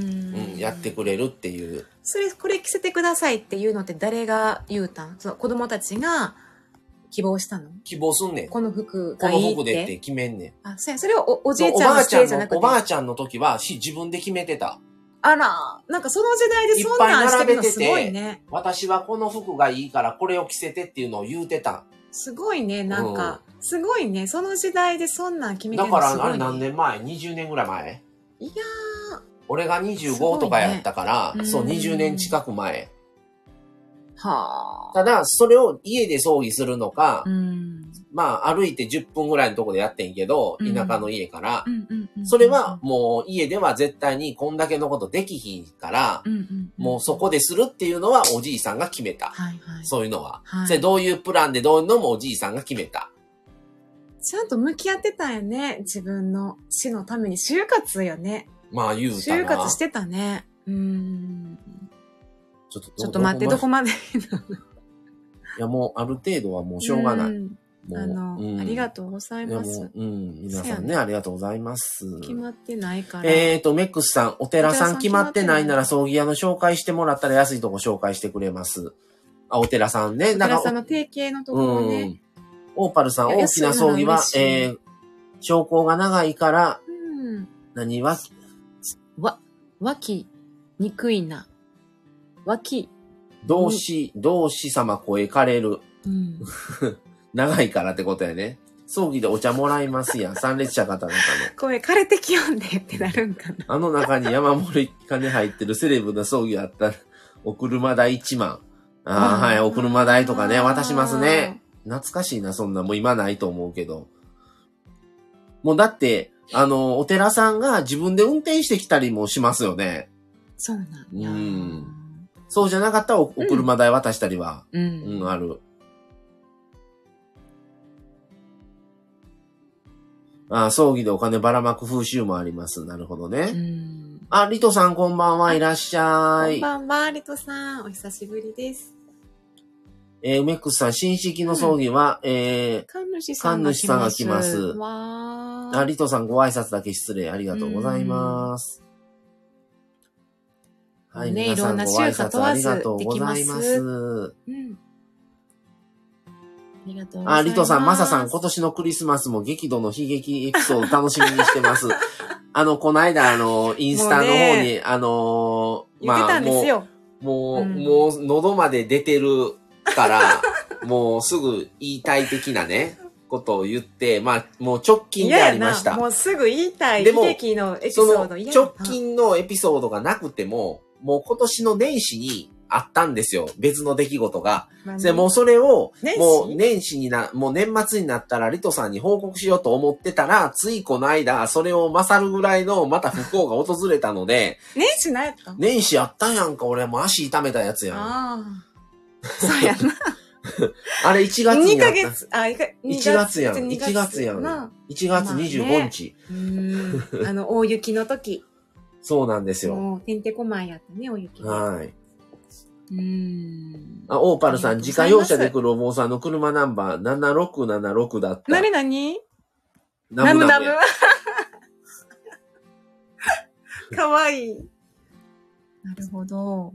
やってくれるっていう。 それ、これ着せてくださいっていうのって誰が言うたん？その子供たちが希望したの？ 希望すんねん。 この服がいいって。 この服でって決めんねん。 あ、それ、それを お, おじいちゃんの指定じゃなくて。 おばあちゃんの時は自分で決めてた。 あら、なんかその時代でそんなんしてるのすごいね。 私はこの服がいいからこれを着せてっていうのを言うてた。 すごいね、なんか、うん、すごいね。その時代でそんなん決めてるのすごい、ね。 だからあれ何年前 ?にじゅう 年ぐらい前いやー。 俺がにじゅうごとかやったから、ね、そう、にじゅうねん近く前。 はあ。 ただ、それを家で葬儀するのか、まあ、歩いてじゅっぷんぐらいのとこでやってんけど、田舎の家から、それはもう家では絶対にこんだけのことできひんから、もうそこでするっていうのはおじいさんが決めた。はいはい、そういうのは、はい。それどういうプランでどういうのもおじいさんが決めた。 ちゃんと向き合ってたよね。自分の死のために。就活よね。 まあ言うたな。就活してたね。うーん。 ちょっと、 ちょっと待って、どこまでいや、もう、ある程度はもうしょうがない。うもうあの、うん、ありがとうございます。 うん、皆さんね、ありがとうございます。 決まってないから。 えっと、メックスさん、お寺さん決まってないなら、葬儀屋の紹介してもらったら安いとこ紹介してくれます。あ、お寺さんね。 お寺さんの提携のところね。うん。 オーパルさん、大きな葬儀は、えー、証拠が長いから、うん、何は、 わ、脇、憎いな。脇。 同志、同志様声かれる。うん、長いからってことやね。葬儀でお茶もらいますやん。参列者方々の。 声枯れてきよんでってなるんかな。 あの中に山盛り金入ってるセレブな葬儀あったら、お車代いちまん。ああ、はい、お車代とかね、渡しますね。懐かしいな、そんな。もう今ないと思うけど。もうだって、あの、お寺さんが自分で運転してきたりもしますよね。 そうなんや。うん。 そうじゃなかったら お, お車代渡したりは、うん、うん、ある。ああ、葬儀でお金ばらまく風習もあります。なるほどね。うん、あ、リトさんこんばんはいらっしゃい。 こんばんは、リトさん。お久しぶりです。 えー、梅クスさん、親戚の葬儀は、うん、えー、 神主さんが来ます。 神主さんが来ます。わー。あ、リトさんご挨拶だけ失礼。ありがとうございます。はい、ね、皆さんご挨拶ありがとうございます。うん。 ありがとうございます。 あ、リトさん、マサさん、今年のクリスマスも激怒の悲劇エピソード楽しみにしてます。あの、この間、あの、インスタの方に、あの、 まあ、言ってたんですよ。 もう、もう、うん、もう、喉まで出てるから、もうすぐ言いたい的なね、 ことを言って、まあ、もう直近でありました。 もうすぐ言いたい。 でも、 悲劇のエピソードその直近のエピソードがなくても、もう今年の年始にあったんですよ。別の出来事が。でもうそれを、もう年始にな、もう年末になったらリトさんに報告しようと思ってたら、ついこの間、それを勝るぐらいのまた不幸が訪れたので。 年始何やった？ 年始やったんやんか、俺もう足痛めたやつやん。 ああ。そうやな。 あれいちがつにやった。 にかげつ、あ、いちがつやん。いちがつやん。いちがつにじゅうごにち。 まあね、うん。あの、大雪の時。 そうなんですよ。 もう、てんてこまいやったね、大雪。 はい。 うん。 あ、オーパルさん、自家用車で来るお坊さんの車ナンバーななろくななろくだった。 なになに？ ナムナム。 かわいい。なるほど。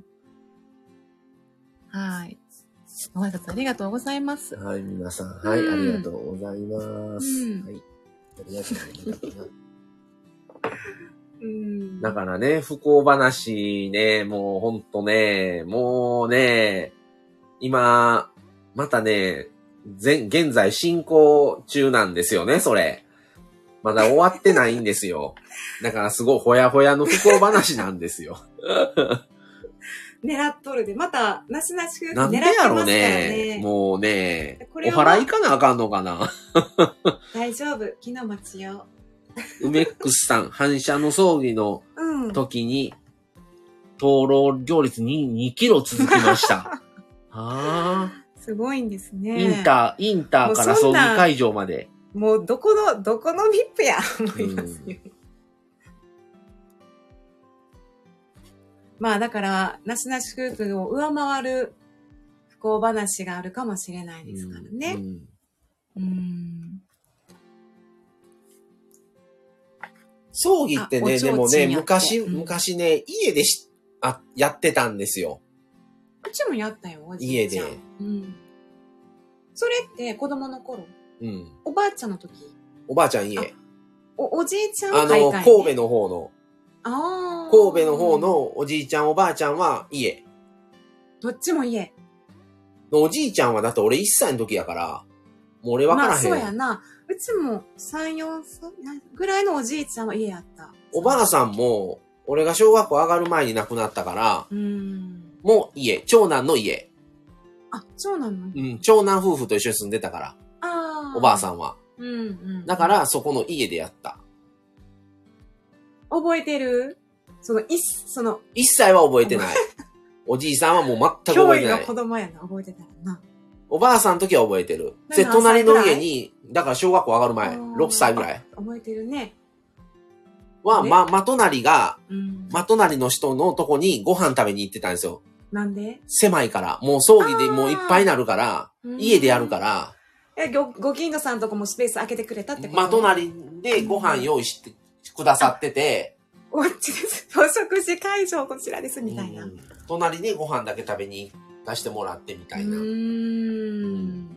はい。ご挨拶ありがとうございます。 はい、皆さん。はい、うん、ありがとうございます。うん、はい。ありがとうございます。うん、だからね、不幸話ね、もうほんとね、もうね、今、またね、現在進行中なんですよね、それ。まだ終わってないんですよ。だからすごいほやほやの不幸話なんですよ。 狙っとるで、また、なしなし狙ってなんでやろね。もうね、お祓い行かなあかんのかな。 大丈夫、昨日待ちよ。 梅ックスさん、反射の葬儀の時に、灯籠行列ににキロ続きました。はあ。 すごいんですね。 インター、インターから葬儀会場まで。 もうどこの、どこのビップや、思いますよ。うん、まあだから、なしなし夫婦を上回る不幸話があるかもしれないですからね。うん。うんうん葬儀ってね、でもね、昔、うん、昔ね、家でし、あ、やってたんですよ。 うちもやったよ、おじいちゃん。家で。うん。それって子供の頃。うん。おばあちゃんの時。 おばあちゃん家。 お、おじいちゃんはあの、神戸の方の。 ああ。 神戸の方のおじいちゃんおばあちゃんは家。 どっちも家。 おじいちゃんはだって俺いっさいの時やから、もう俺分からへん。まあそうやな。うちもさん、よんさいぐらいのおじいちゃんは家やった。 おばあさんも、俺が小学校上がる前に亡くなったから、うんもう家、長男の家。 あ、長男の家うん、長男夫婦と一緒に住んでたから。あおばあさんは。うんうん。だから、そこの家でやった。 覚えてる？その、い、その。 一切は覚えてない。おじいさんはもう全く覚えてない。 脅威の子供やな、覚えてたらな。 おばあさんの時は覚えてる。で、隣の家に、だから小学校上がる前、ろくさいぐらい。 覚えてるね。 は、ま、ま隣が、うん、ま隣の人のとこにご飯食べに行ってたんですよ。 なんで？ 狭いから。もう葬儀でもういっぱいになるから、家でやるから。 え、ご、ご近所さんとこもスペース空けてくれたってこと？ ま隣でご飯用意してくださってて。 おっちです。お食事会場こちらです、みたいな。うん、 隣にご飯だけ食べに出してもらってみたいな。うーん。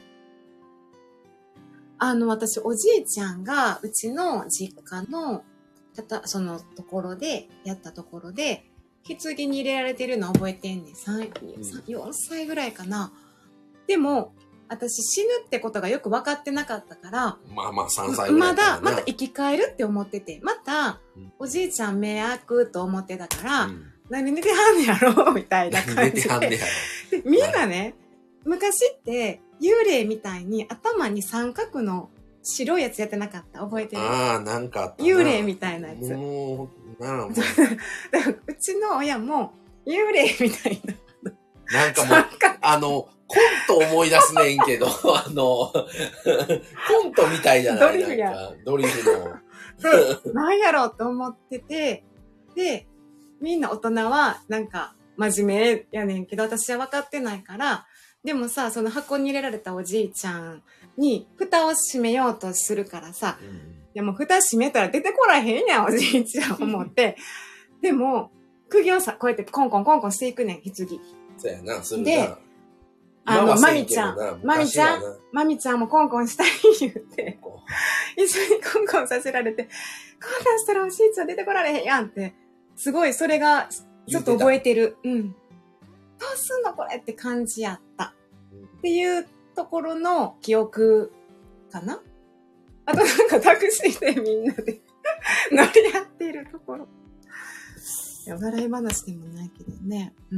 あの、私、おじいちゃんが、うちの実家の、たた、そのところで、やったところで、棺に入れられてるの覚えてんねん。さん、よんさいぐらいかな。でも、私死ぬってことがよく分かってなかったから、 まあまあさんさいぐらいまだ、また生き返るって思ってて、また、おじいちゃん目開くと思ってたから、うん、何寝てはんねやろみたいな感じで。でみんなね、昔って幽霊みたいに頭に三角の白いやつやってなかった？覚えてる？ ああ、なんかあったな。 幽霊みたいなやつ。もう、なあ、もう。うちの親も幽霊みたいな。 なんかもう、あの、コント思い出すねんけど、あの、コントみたいじゃない？ ドリフや。 なんかドリフの。 で、なんやろうと思ってて、で、みんな大人はなんか真面目やねんけど、私は分かってないから、でもさ、その箱に入れられたおじいちゃんに蓋を閉めようとするからさ、うん、いやもう蓋閉めたら出てこらへんやん、おじいちゃん思って。でも、釘をさ、こうやってコンコンコンコンしていくねん、棺。 そうやな、するな。 で、あの、まみちゃん、まみちゃん、まみちゃんもコンコンしたい言うて、一緒にコンコンさせられて、こんなんしたらおじいちゃん出てこられへんやんって、すごいそれがちょっと覚えてる。うん。どうすんのこれって感じやった。っていうところの記憶かな。あとなんかタクシーでみんなで乗り合っているところ。いや、笑い話でもないけどね。うん。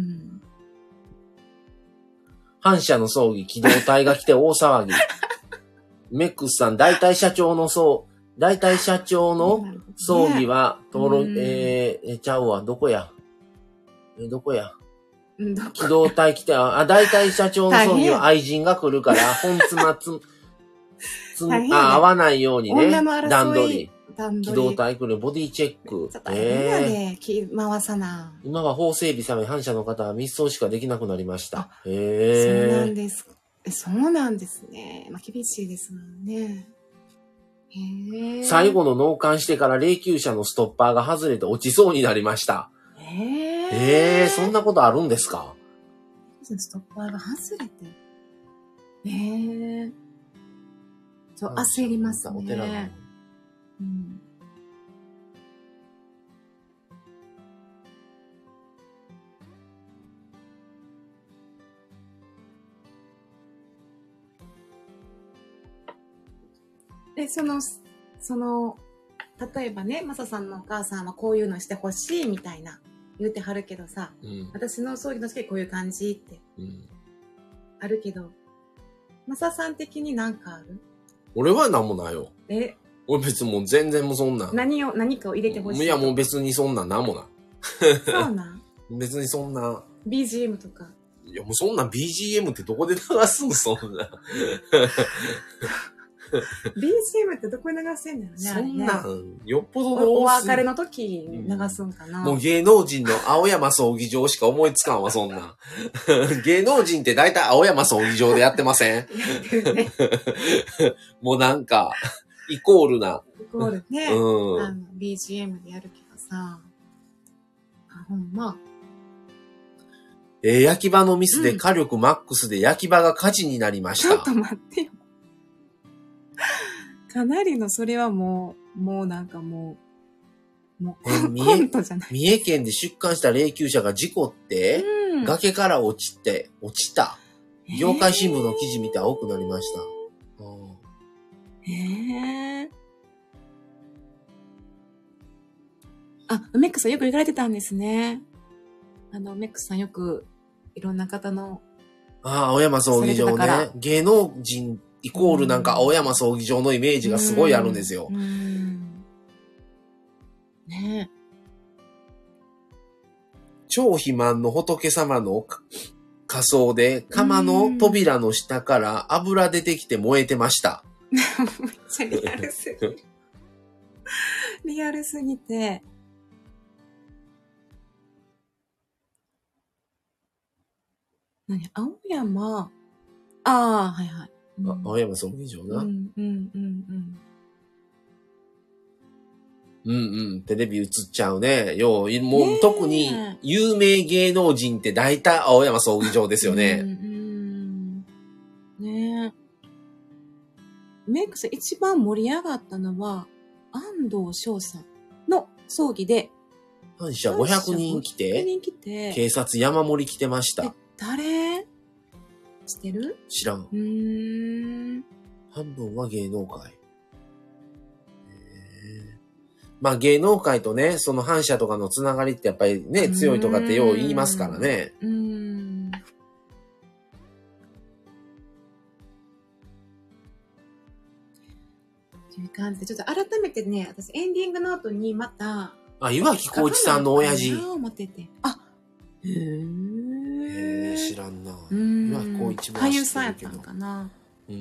反社の葬儀、機動隊が来て大騒ぎ。メックスさん、大体社長の葬、大体社長の葬儀は、登録、えー、え、ちゃうわ、どこや。え、どこや。機動隊来て、あ、大体社長の葬儀は愛人が来るから、本妻つ、つ、あ、合わないようにね、段取り。機動隊来る、ボディチェック。 ええー。回さな。 今は法整備され、反社の方は密葬しかできなくなりました。へえ。そうなんです。そうなんですね。まあ、厳しいですもんね。へえ。 最後の納棺してから霊柩車のストッパーが外れて落ちそうになりました。 へえ。 ええ、そんなことあるんですか？ ストッパーが外れて。へえ。そう、焦りますね。お寺が。うん。で、その、その、例えばね、マサさんのお母さんはこういうのしてほしいみたいな言うてはるけどさ、うん、私の葬儀の時こういう感じって、うん、あるけど、マサさん的に何かある？ 俺は何もないよ。 え？ 俺別にもう全然もうそんな。 何を、何かを入れてほしい。 いやもう別にそんな何もな。 そうなん別にそんな。 ビージーエム とか。 いやもうそんな ビージーエム ってどこで流すのそんな。 ビージーエム ってどこに流せんだよね。 そんなん、ね、よっぽどのお別れの時に流すんかな、うん。 もう芸能人の青山葬儀場しか思いつかんわ、そんな。芸能人って大体青山葬儀場でやってません？ね、もうなんか、イコールな。 イコールね。うん。あの、ビージーエム でやるけどさ。あ、ほんま。 えー、焼き場のミスで火力マックスで焼き場が火事になりました。 ちょっと待ってよ。かなりの、それはもう、もうなんかもう、もうコントじゃない。 三重県で出棺した霊柩車が事故って、うん、崖から落ちて、落ちた。業界新聞の記事見て青くなりました。 へえ。あ、メックさんよく言われてたんですね。あの、メックさんよく、いろんな方の。 ああ、青山葬儀場ね。芸能人イコールなんか青山葬儀場のイメージがすごいあるんですよ。うんうん、 ねえ。 超肥満の仏様の仮装で窯の扉の下から油出てきて燃えてました。 めっちゃリアルすぎる。リアルすぎて。何？青山。ああ、はいはい。 うん、青山葬儀場な。 うんうんうんうん。 うんうん。テレビ映っちゃうね。よう、もう特に有名芸能人って大体青山葬儀場ですよね。うんうん。 ねえ。メイクさん一番盛り上がったのは、安藤翔さんの葬儀で。 反社ごひゃくにん来て、ごひゃくにん来て警察山盛り来てました。 え、誰？知ってる？ 知らん。 うーん。 半分は芸能界。まあ芸能界とね、その反社とかのつながりってやっぱりね、強いとかってよう言いますからね。 うーん。という感じで、ちょっと改めてね、私エンディングの後にまた。 あ、岩城浩一さんの親父。 思ってて。あ、へー。 へー、知らんな。岩城浩一も俳優さんやったのかな。うん。うん、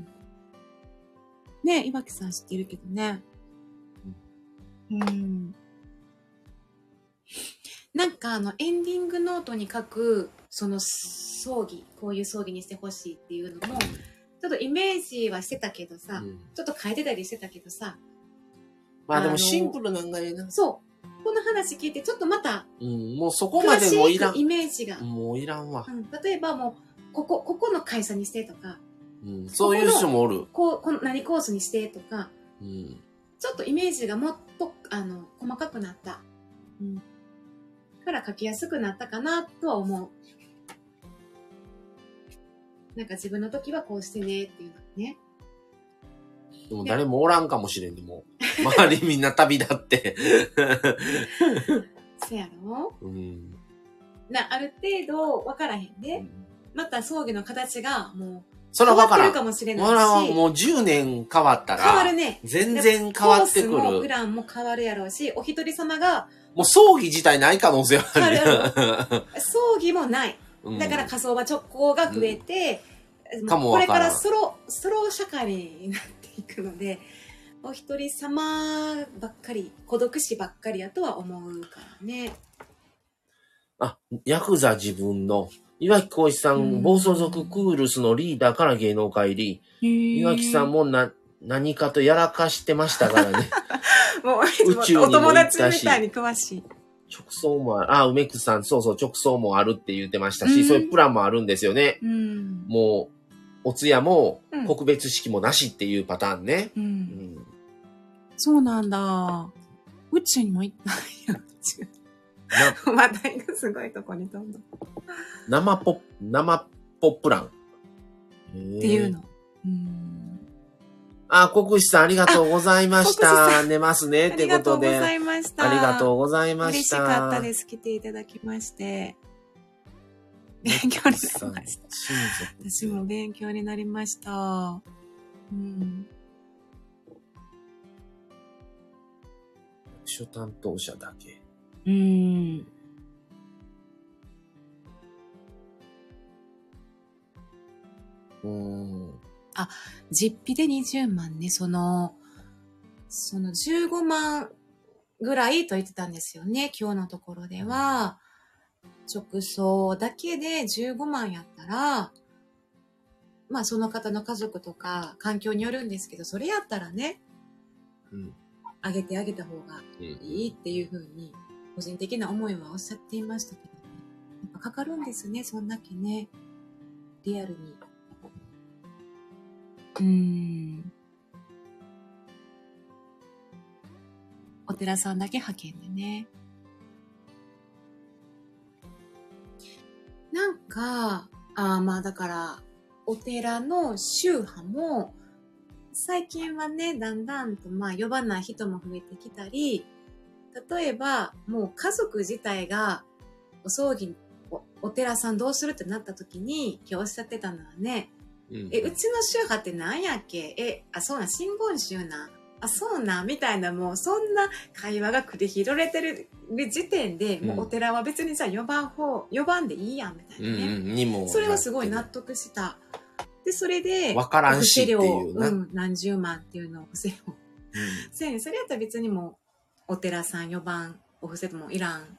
ね、岩城さん知ってるけどね。うん。なんかあのエンディングノートに書くその葬儀、こういう葬儀にしてほしいっていうのもちょっとイメージはしてたけどさ、うん、ちょっと変えてたりしてたけどさ、 まあでもシンプルなんがいいな。 そうこの話聞いてちょっとまた、 うん、もうそこまでもいらんイメージがもういらんわ、 うん、例えばもうここここの会社にしてとか、 うん、そういう人もおる。 こうこの何コースにしてとか、 うん、 ちょっとイメージがもっとあの細かくなった、うん、から書きやすくなったかなとは思う。なんか自分の時はこうしてねっていうのね。 でも誰もおらんかもしれんで、もう。周りみんな旅立って。 そやろ、 うん、 な、ある程度分からへんで、うん、また葬儀の形がもう、 それは分からん。 変わってるかもしれないし。 もうじゅうねん変わったら。 変わるね。 全然変わってくる。コースもプランも変わるやろうし、お一人様が。 もう葬儀自体ない可能性はある。 葬儀もない。だから火葬場直行が増えて、うん、これからソロ、ソロ社会になっていくので、お一人様ばっかり、孤独死ばっかりやとは思うからね。 あ、ヤクザ自分の。岩木浩一さん、暴走族クールスのリーダーから芸能界入り。岩木さんもな、何かとやらかしてましたからね。 もう、宇宙にも行ったし。お友達みたいに詳しい。 直送もある。あ、梅木さん、そうそう、直送もあるって言ってましたし、そういうプランもあるんですよね。うん、もう、お通夜も、告別式もなしっていうパターンね。うんうん、 そうなんだ。宇宙にも行ったんや、宇宙。話題がすごいとこに飛んだ。 生ポップ、生ポップラン。 っていうの。うん、 あ、国士さんありがとうございました。寝ますね。ってことで。 ありがとうございました。 ありがとうございました。 嬉しかったです。来ていただきまして。勉強になりました。私も勉強になりました。うん。 主担当者だけ。 うん。 うん。 あ、実費でにじゅうまんね。その、そのじゅうごまんぐらいと言ってたんですよね。今日のところでは、直送だけでじゅうごまんやったら、まあその方の家族とか環境によるんですけど、それやったらね、 うん、 あげてあげた方がいいっていうふうに、個人的な思いはおっしゃっていましたけどね。やっぱかかるんですね、そんだけね。リアルに。うーん。お寺さんだけ派遣でね。なんか、あまあだから、お寺の宗派も、最近はね、だんだんとまあ呼ばない人も増えてきたり、例えばもう家族自体がお葬儀 お, お寺さんどうするってなった時に、今日おっしゃってたのはね、うん、えうちの宗派って何やっけ、えあそうな真言宗な、あそうなみたいな、もうそんな会話が繰り広げてる時点で、うん、もうお寺は別にさ呼ばん方呼ばんでいいやんみたいなね、うんうん、にもそれはすごい納得した。でそれでわからんしっていうな、 うん、何十万っていうのを伏せを、うん、それやったら別にもうお寺さん呼ばんお布施もいらん、うん、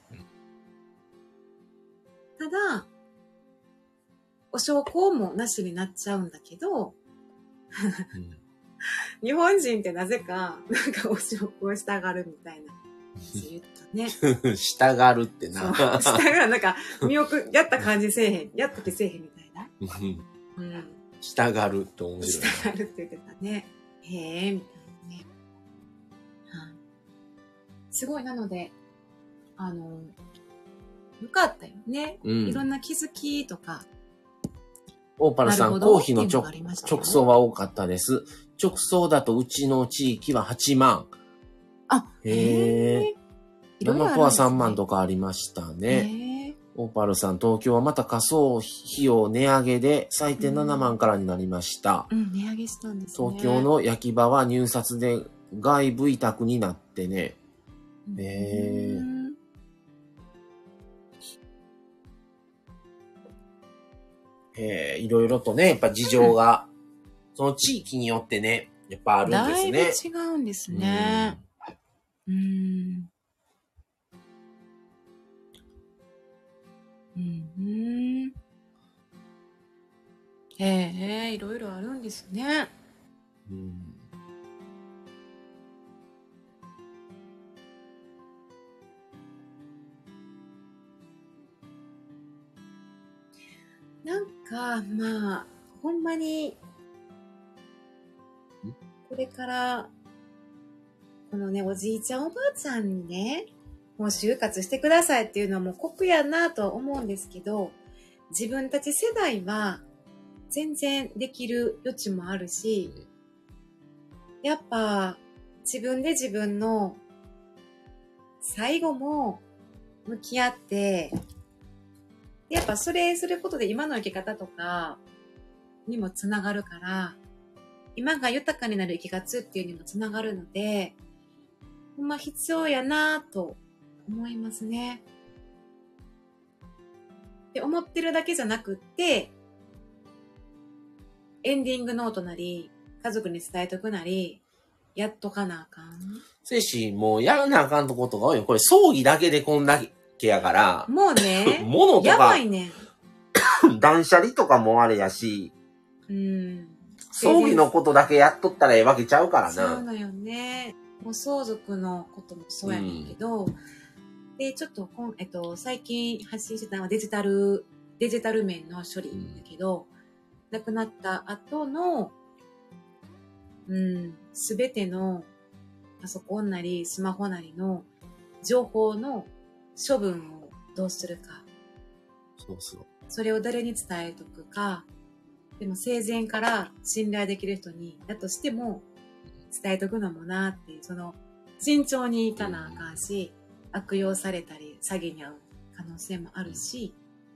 ただお焼香もなしになっちゃうんだけど、うん、日本人ってなぜかなんかお焼香したがるみたいな言ったね。 したがるってな。 したがるなんか見送やった感じせえへん、やった気せえへんみたいな。 うん。したがると面白い。 したがるって言ってたね。へえみたいなね。はい、すごいなのであのよかったよね。うん、いろんな気づきとか。 オーパルさん、公費の直直送は多かったです。直送だとうちの地域ははちまん。 あ、へえ。 生コアさんまんとかありましたね。オーパルさん、東京はまた仮想費用値上げで最低ななまんからになりました。 うん、うん、値上げしたんですね。 東京の焼き場は入札で外部委託になってね。へえ。えー、いろいろとね、やっぱ事情が、うん、その地域によってね、やっぱあるんですね。 だいぶ違うんですね。うん。うん。うん。へえ、いろいろあるんですね。うん。なんか、まあ、ほんまに、これから、このね、おじいちゃんおばあちゃんにね、もう就活してくださいっていうのはもう酷やなと思うんですけど、自分たち世代は全然できる余地もあるし、 やっぱ自分で自分の最後も向き合って、やっぱそれすることで今の生き方とかにもつながるから、今が豊かになる生き方っていうにもつながるので、ほんま必要やなぁと思いますね。で、思ってるだけじゃなくって、エンディングノートなり、家族に伝えとくなり、やっとかなあかん。 せし、もうやらなあかんとことが多いよ。これ葬儀だけでこんだけやから。 もうね、 物とか、 やばいねん。断捨離とかもあれやし、 うん。 葬儀のことだけやっとったらええわけちゃうからな。 そうだよね。もう相続のこともそうやねんけど、うん、で、ちょっとこん、えっと、最近発信してたのはデジタル、デジタル面の処理だけど、うん、亡くなった後の、うん、すべてのパソコンなりスマホなりの情報の処分をどうするか。 そうそう。 それを誰に伝えとくか、でも生前から信頼できる人に、だとしても伝えとくのもなっていう、その慎重にいかなあかんし、うん、悪用されたり詐欺に遭う可能性もあるし、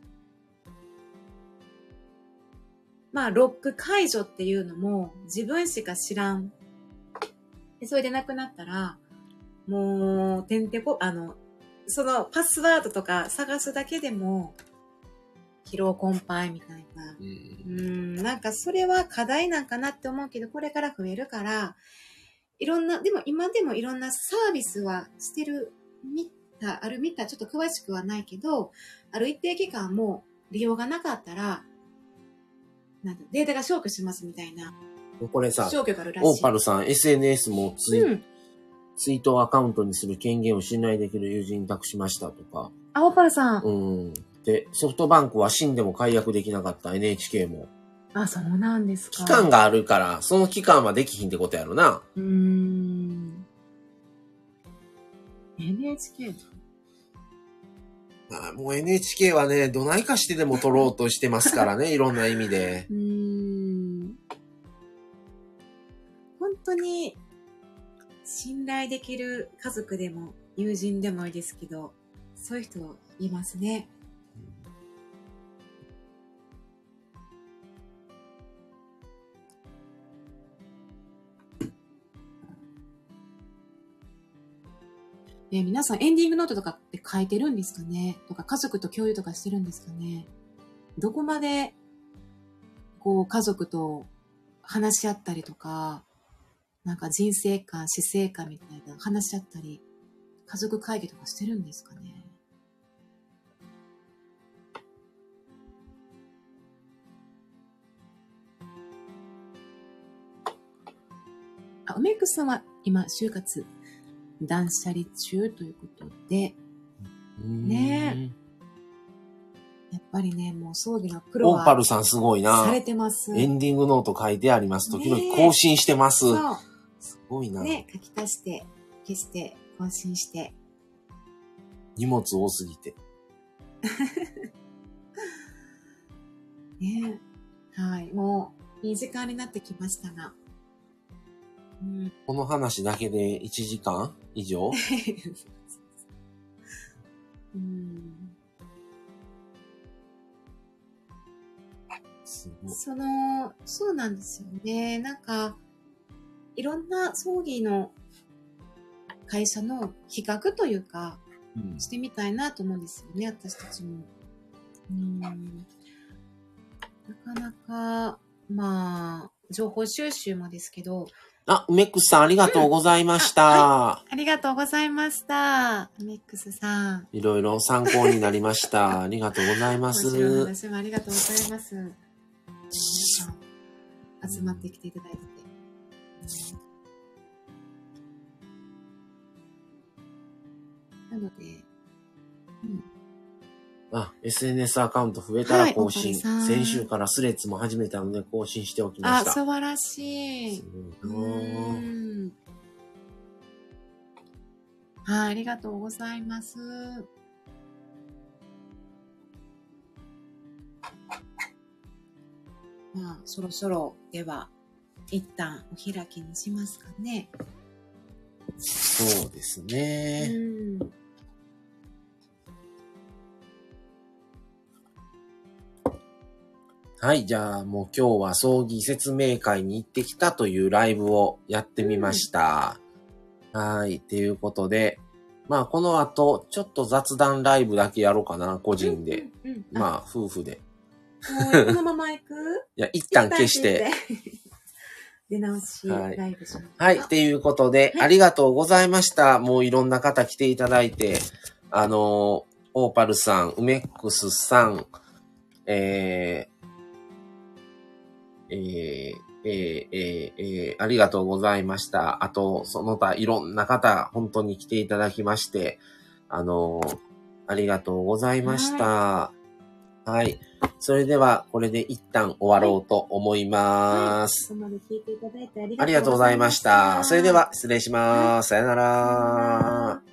まあロック解除っていうのも自分しか知らん。でそれで亡くなったら、もうてんてこ、あの、そのパスワードとか探すだけでも疲労困憊みたいな。うん、うんなんかそれは課題なんかなって思うけど、これから増えるから、いろんな、でも今でもいろんなサービスはしてるみた、あるみたい、ちょっと詳しくはないけど、ある一定期間も利用がなかったら、なんだデータが消去しますみたいな。 これさ、 消去があるらしい。 オーパルさん、エスエヌエス もツイ、うん、ツイートアカウントにする権限を信頼できる友人に託しましたとか。 あ、オーパルさん。 うん。で、ソフトバンクは死んでも解約できなかった エヌエイチケー も。 あ、そうなんですか。 期間があるから、その期間はできひんってことやろな。 うーん。エヌエイチケー? あもう エヌエイチケー はね、どないかしてでも取ろうとしてますからね、いろんな意味で。 うーん。本当に、信頼できる家族でも、友人でもいいですけど、そういう人いますね。ね、皆さんエンディングノートとかって書いてるんですかねとか家族と共有とかしてるんですかねどこまでこう家族と話し合ったりとかなんか人生観、死生観みたいな話し合ったり家族会議とかしてるんですかねあ、梅クさんは今就活断捨離中ということで、ねえ。やっぱりね、もう葬儀のプロは。 オーパルさんすごいな。 されてます。 エンディングノート書いてあります。時々更新してます。 そう。 すごいな。 ね、書き足して、消して、更新して。 荷物多すぎて。 ねえ。はい。もう、いい時間になってきましたが。 うん、この話だけでいちじかん以上うんすごい。 その、そうなんですよね。なんか、いろんな葬儀の会社の比較というか、うん、してみたいなと思うんですよね、私たちも。うんなかなか、まあ、情報収集もですけど、 あ、梅ックスさんありがとうございました、 うんあ、はい。ありがとうございました。梅ックスさん。 いろいろ参考になりました。ありがとうございます。 面白い話もありがとうございます。皆さん集まってきていただいてて。なので、うん。 あ、エスエヌエス アカウント増えたら更新。はい、先週からスレッズも始めたので更新しておきました。 あ、素晴らしい。 すごいなぁ。 はい、ありがとうございます。まあ、そろそろでは一旦お開きにしますかね。 そうですね。 うん。 はい、じゃあもう今日は葬儀説明会に行ってきたというライブをやってみました。うん、はい、っていうことで、まあこの後ちょっと雑談ライブだけやろうかな、個人で。うんうんうん、まあ夫婦で。 もうこのまま行く？ いや、一旦消して。 出直しライブします。 はい、はい、っていうことで、はい、ありがとうございました。もういろんな方来ていただいて、あの、オーパルさん、ウメックスさん、えー、えー、えー、えー、えー、ありがとうございました。あと、その他いろんな方、本当に来ていただきまして、あの、ありがとうございました。はい。はい、それでは、これで一旦終わろうと思います。 はいはい、ここまで聞いていただいてありがとうございました。ありがとうございました。それでは、失礼します。はい、さよなら。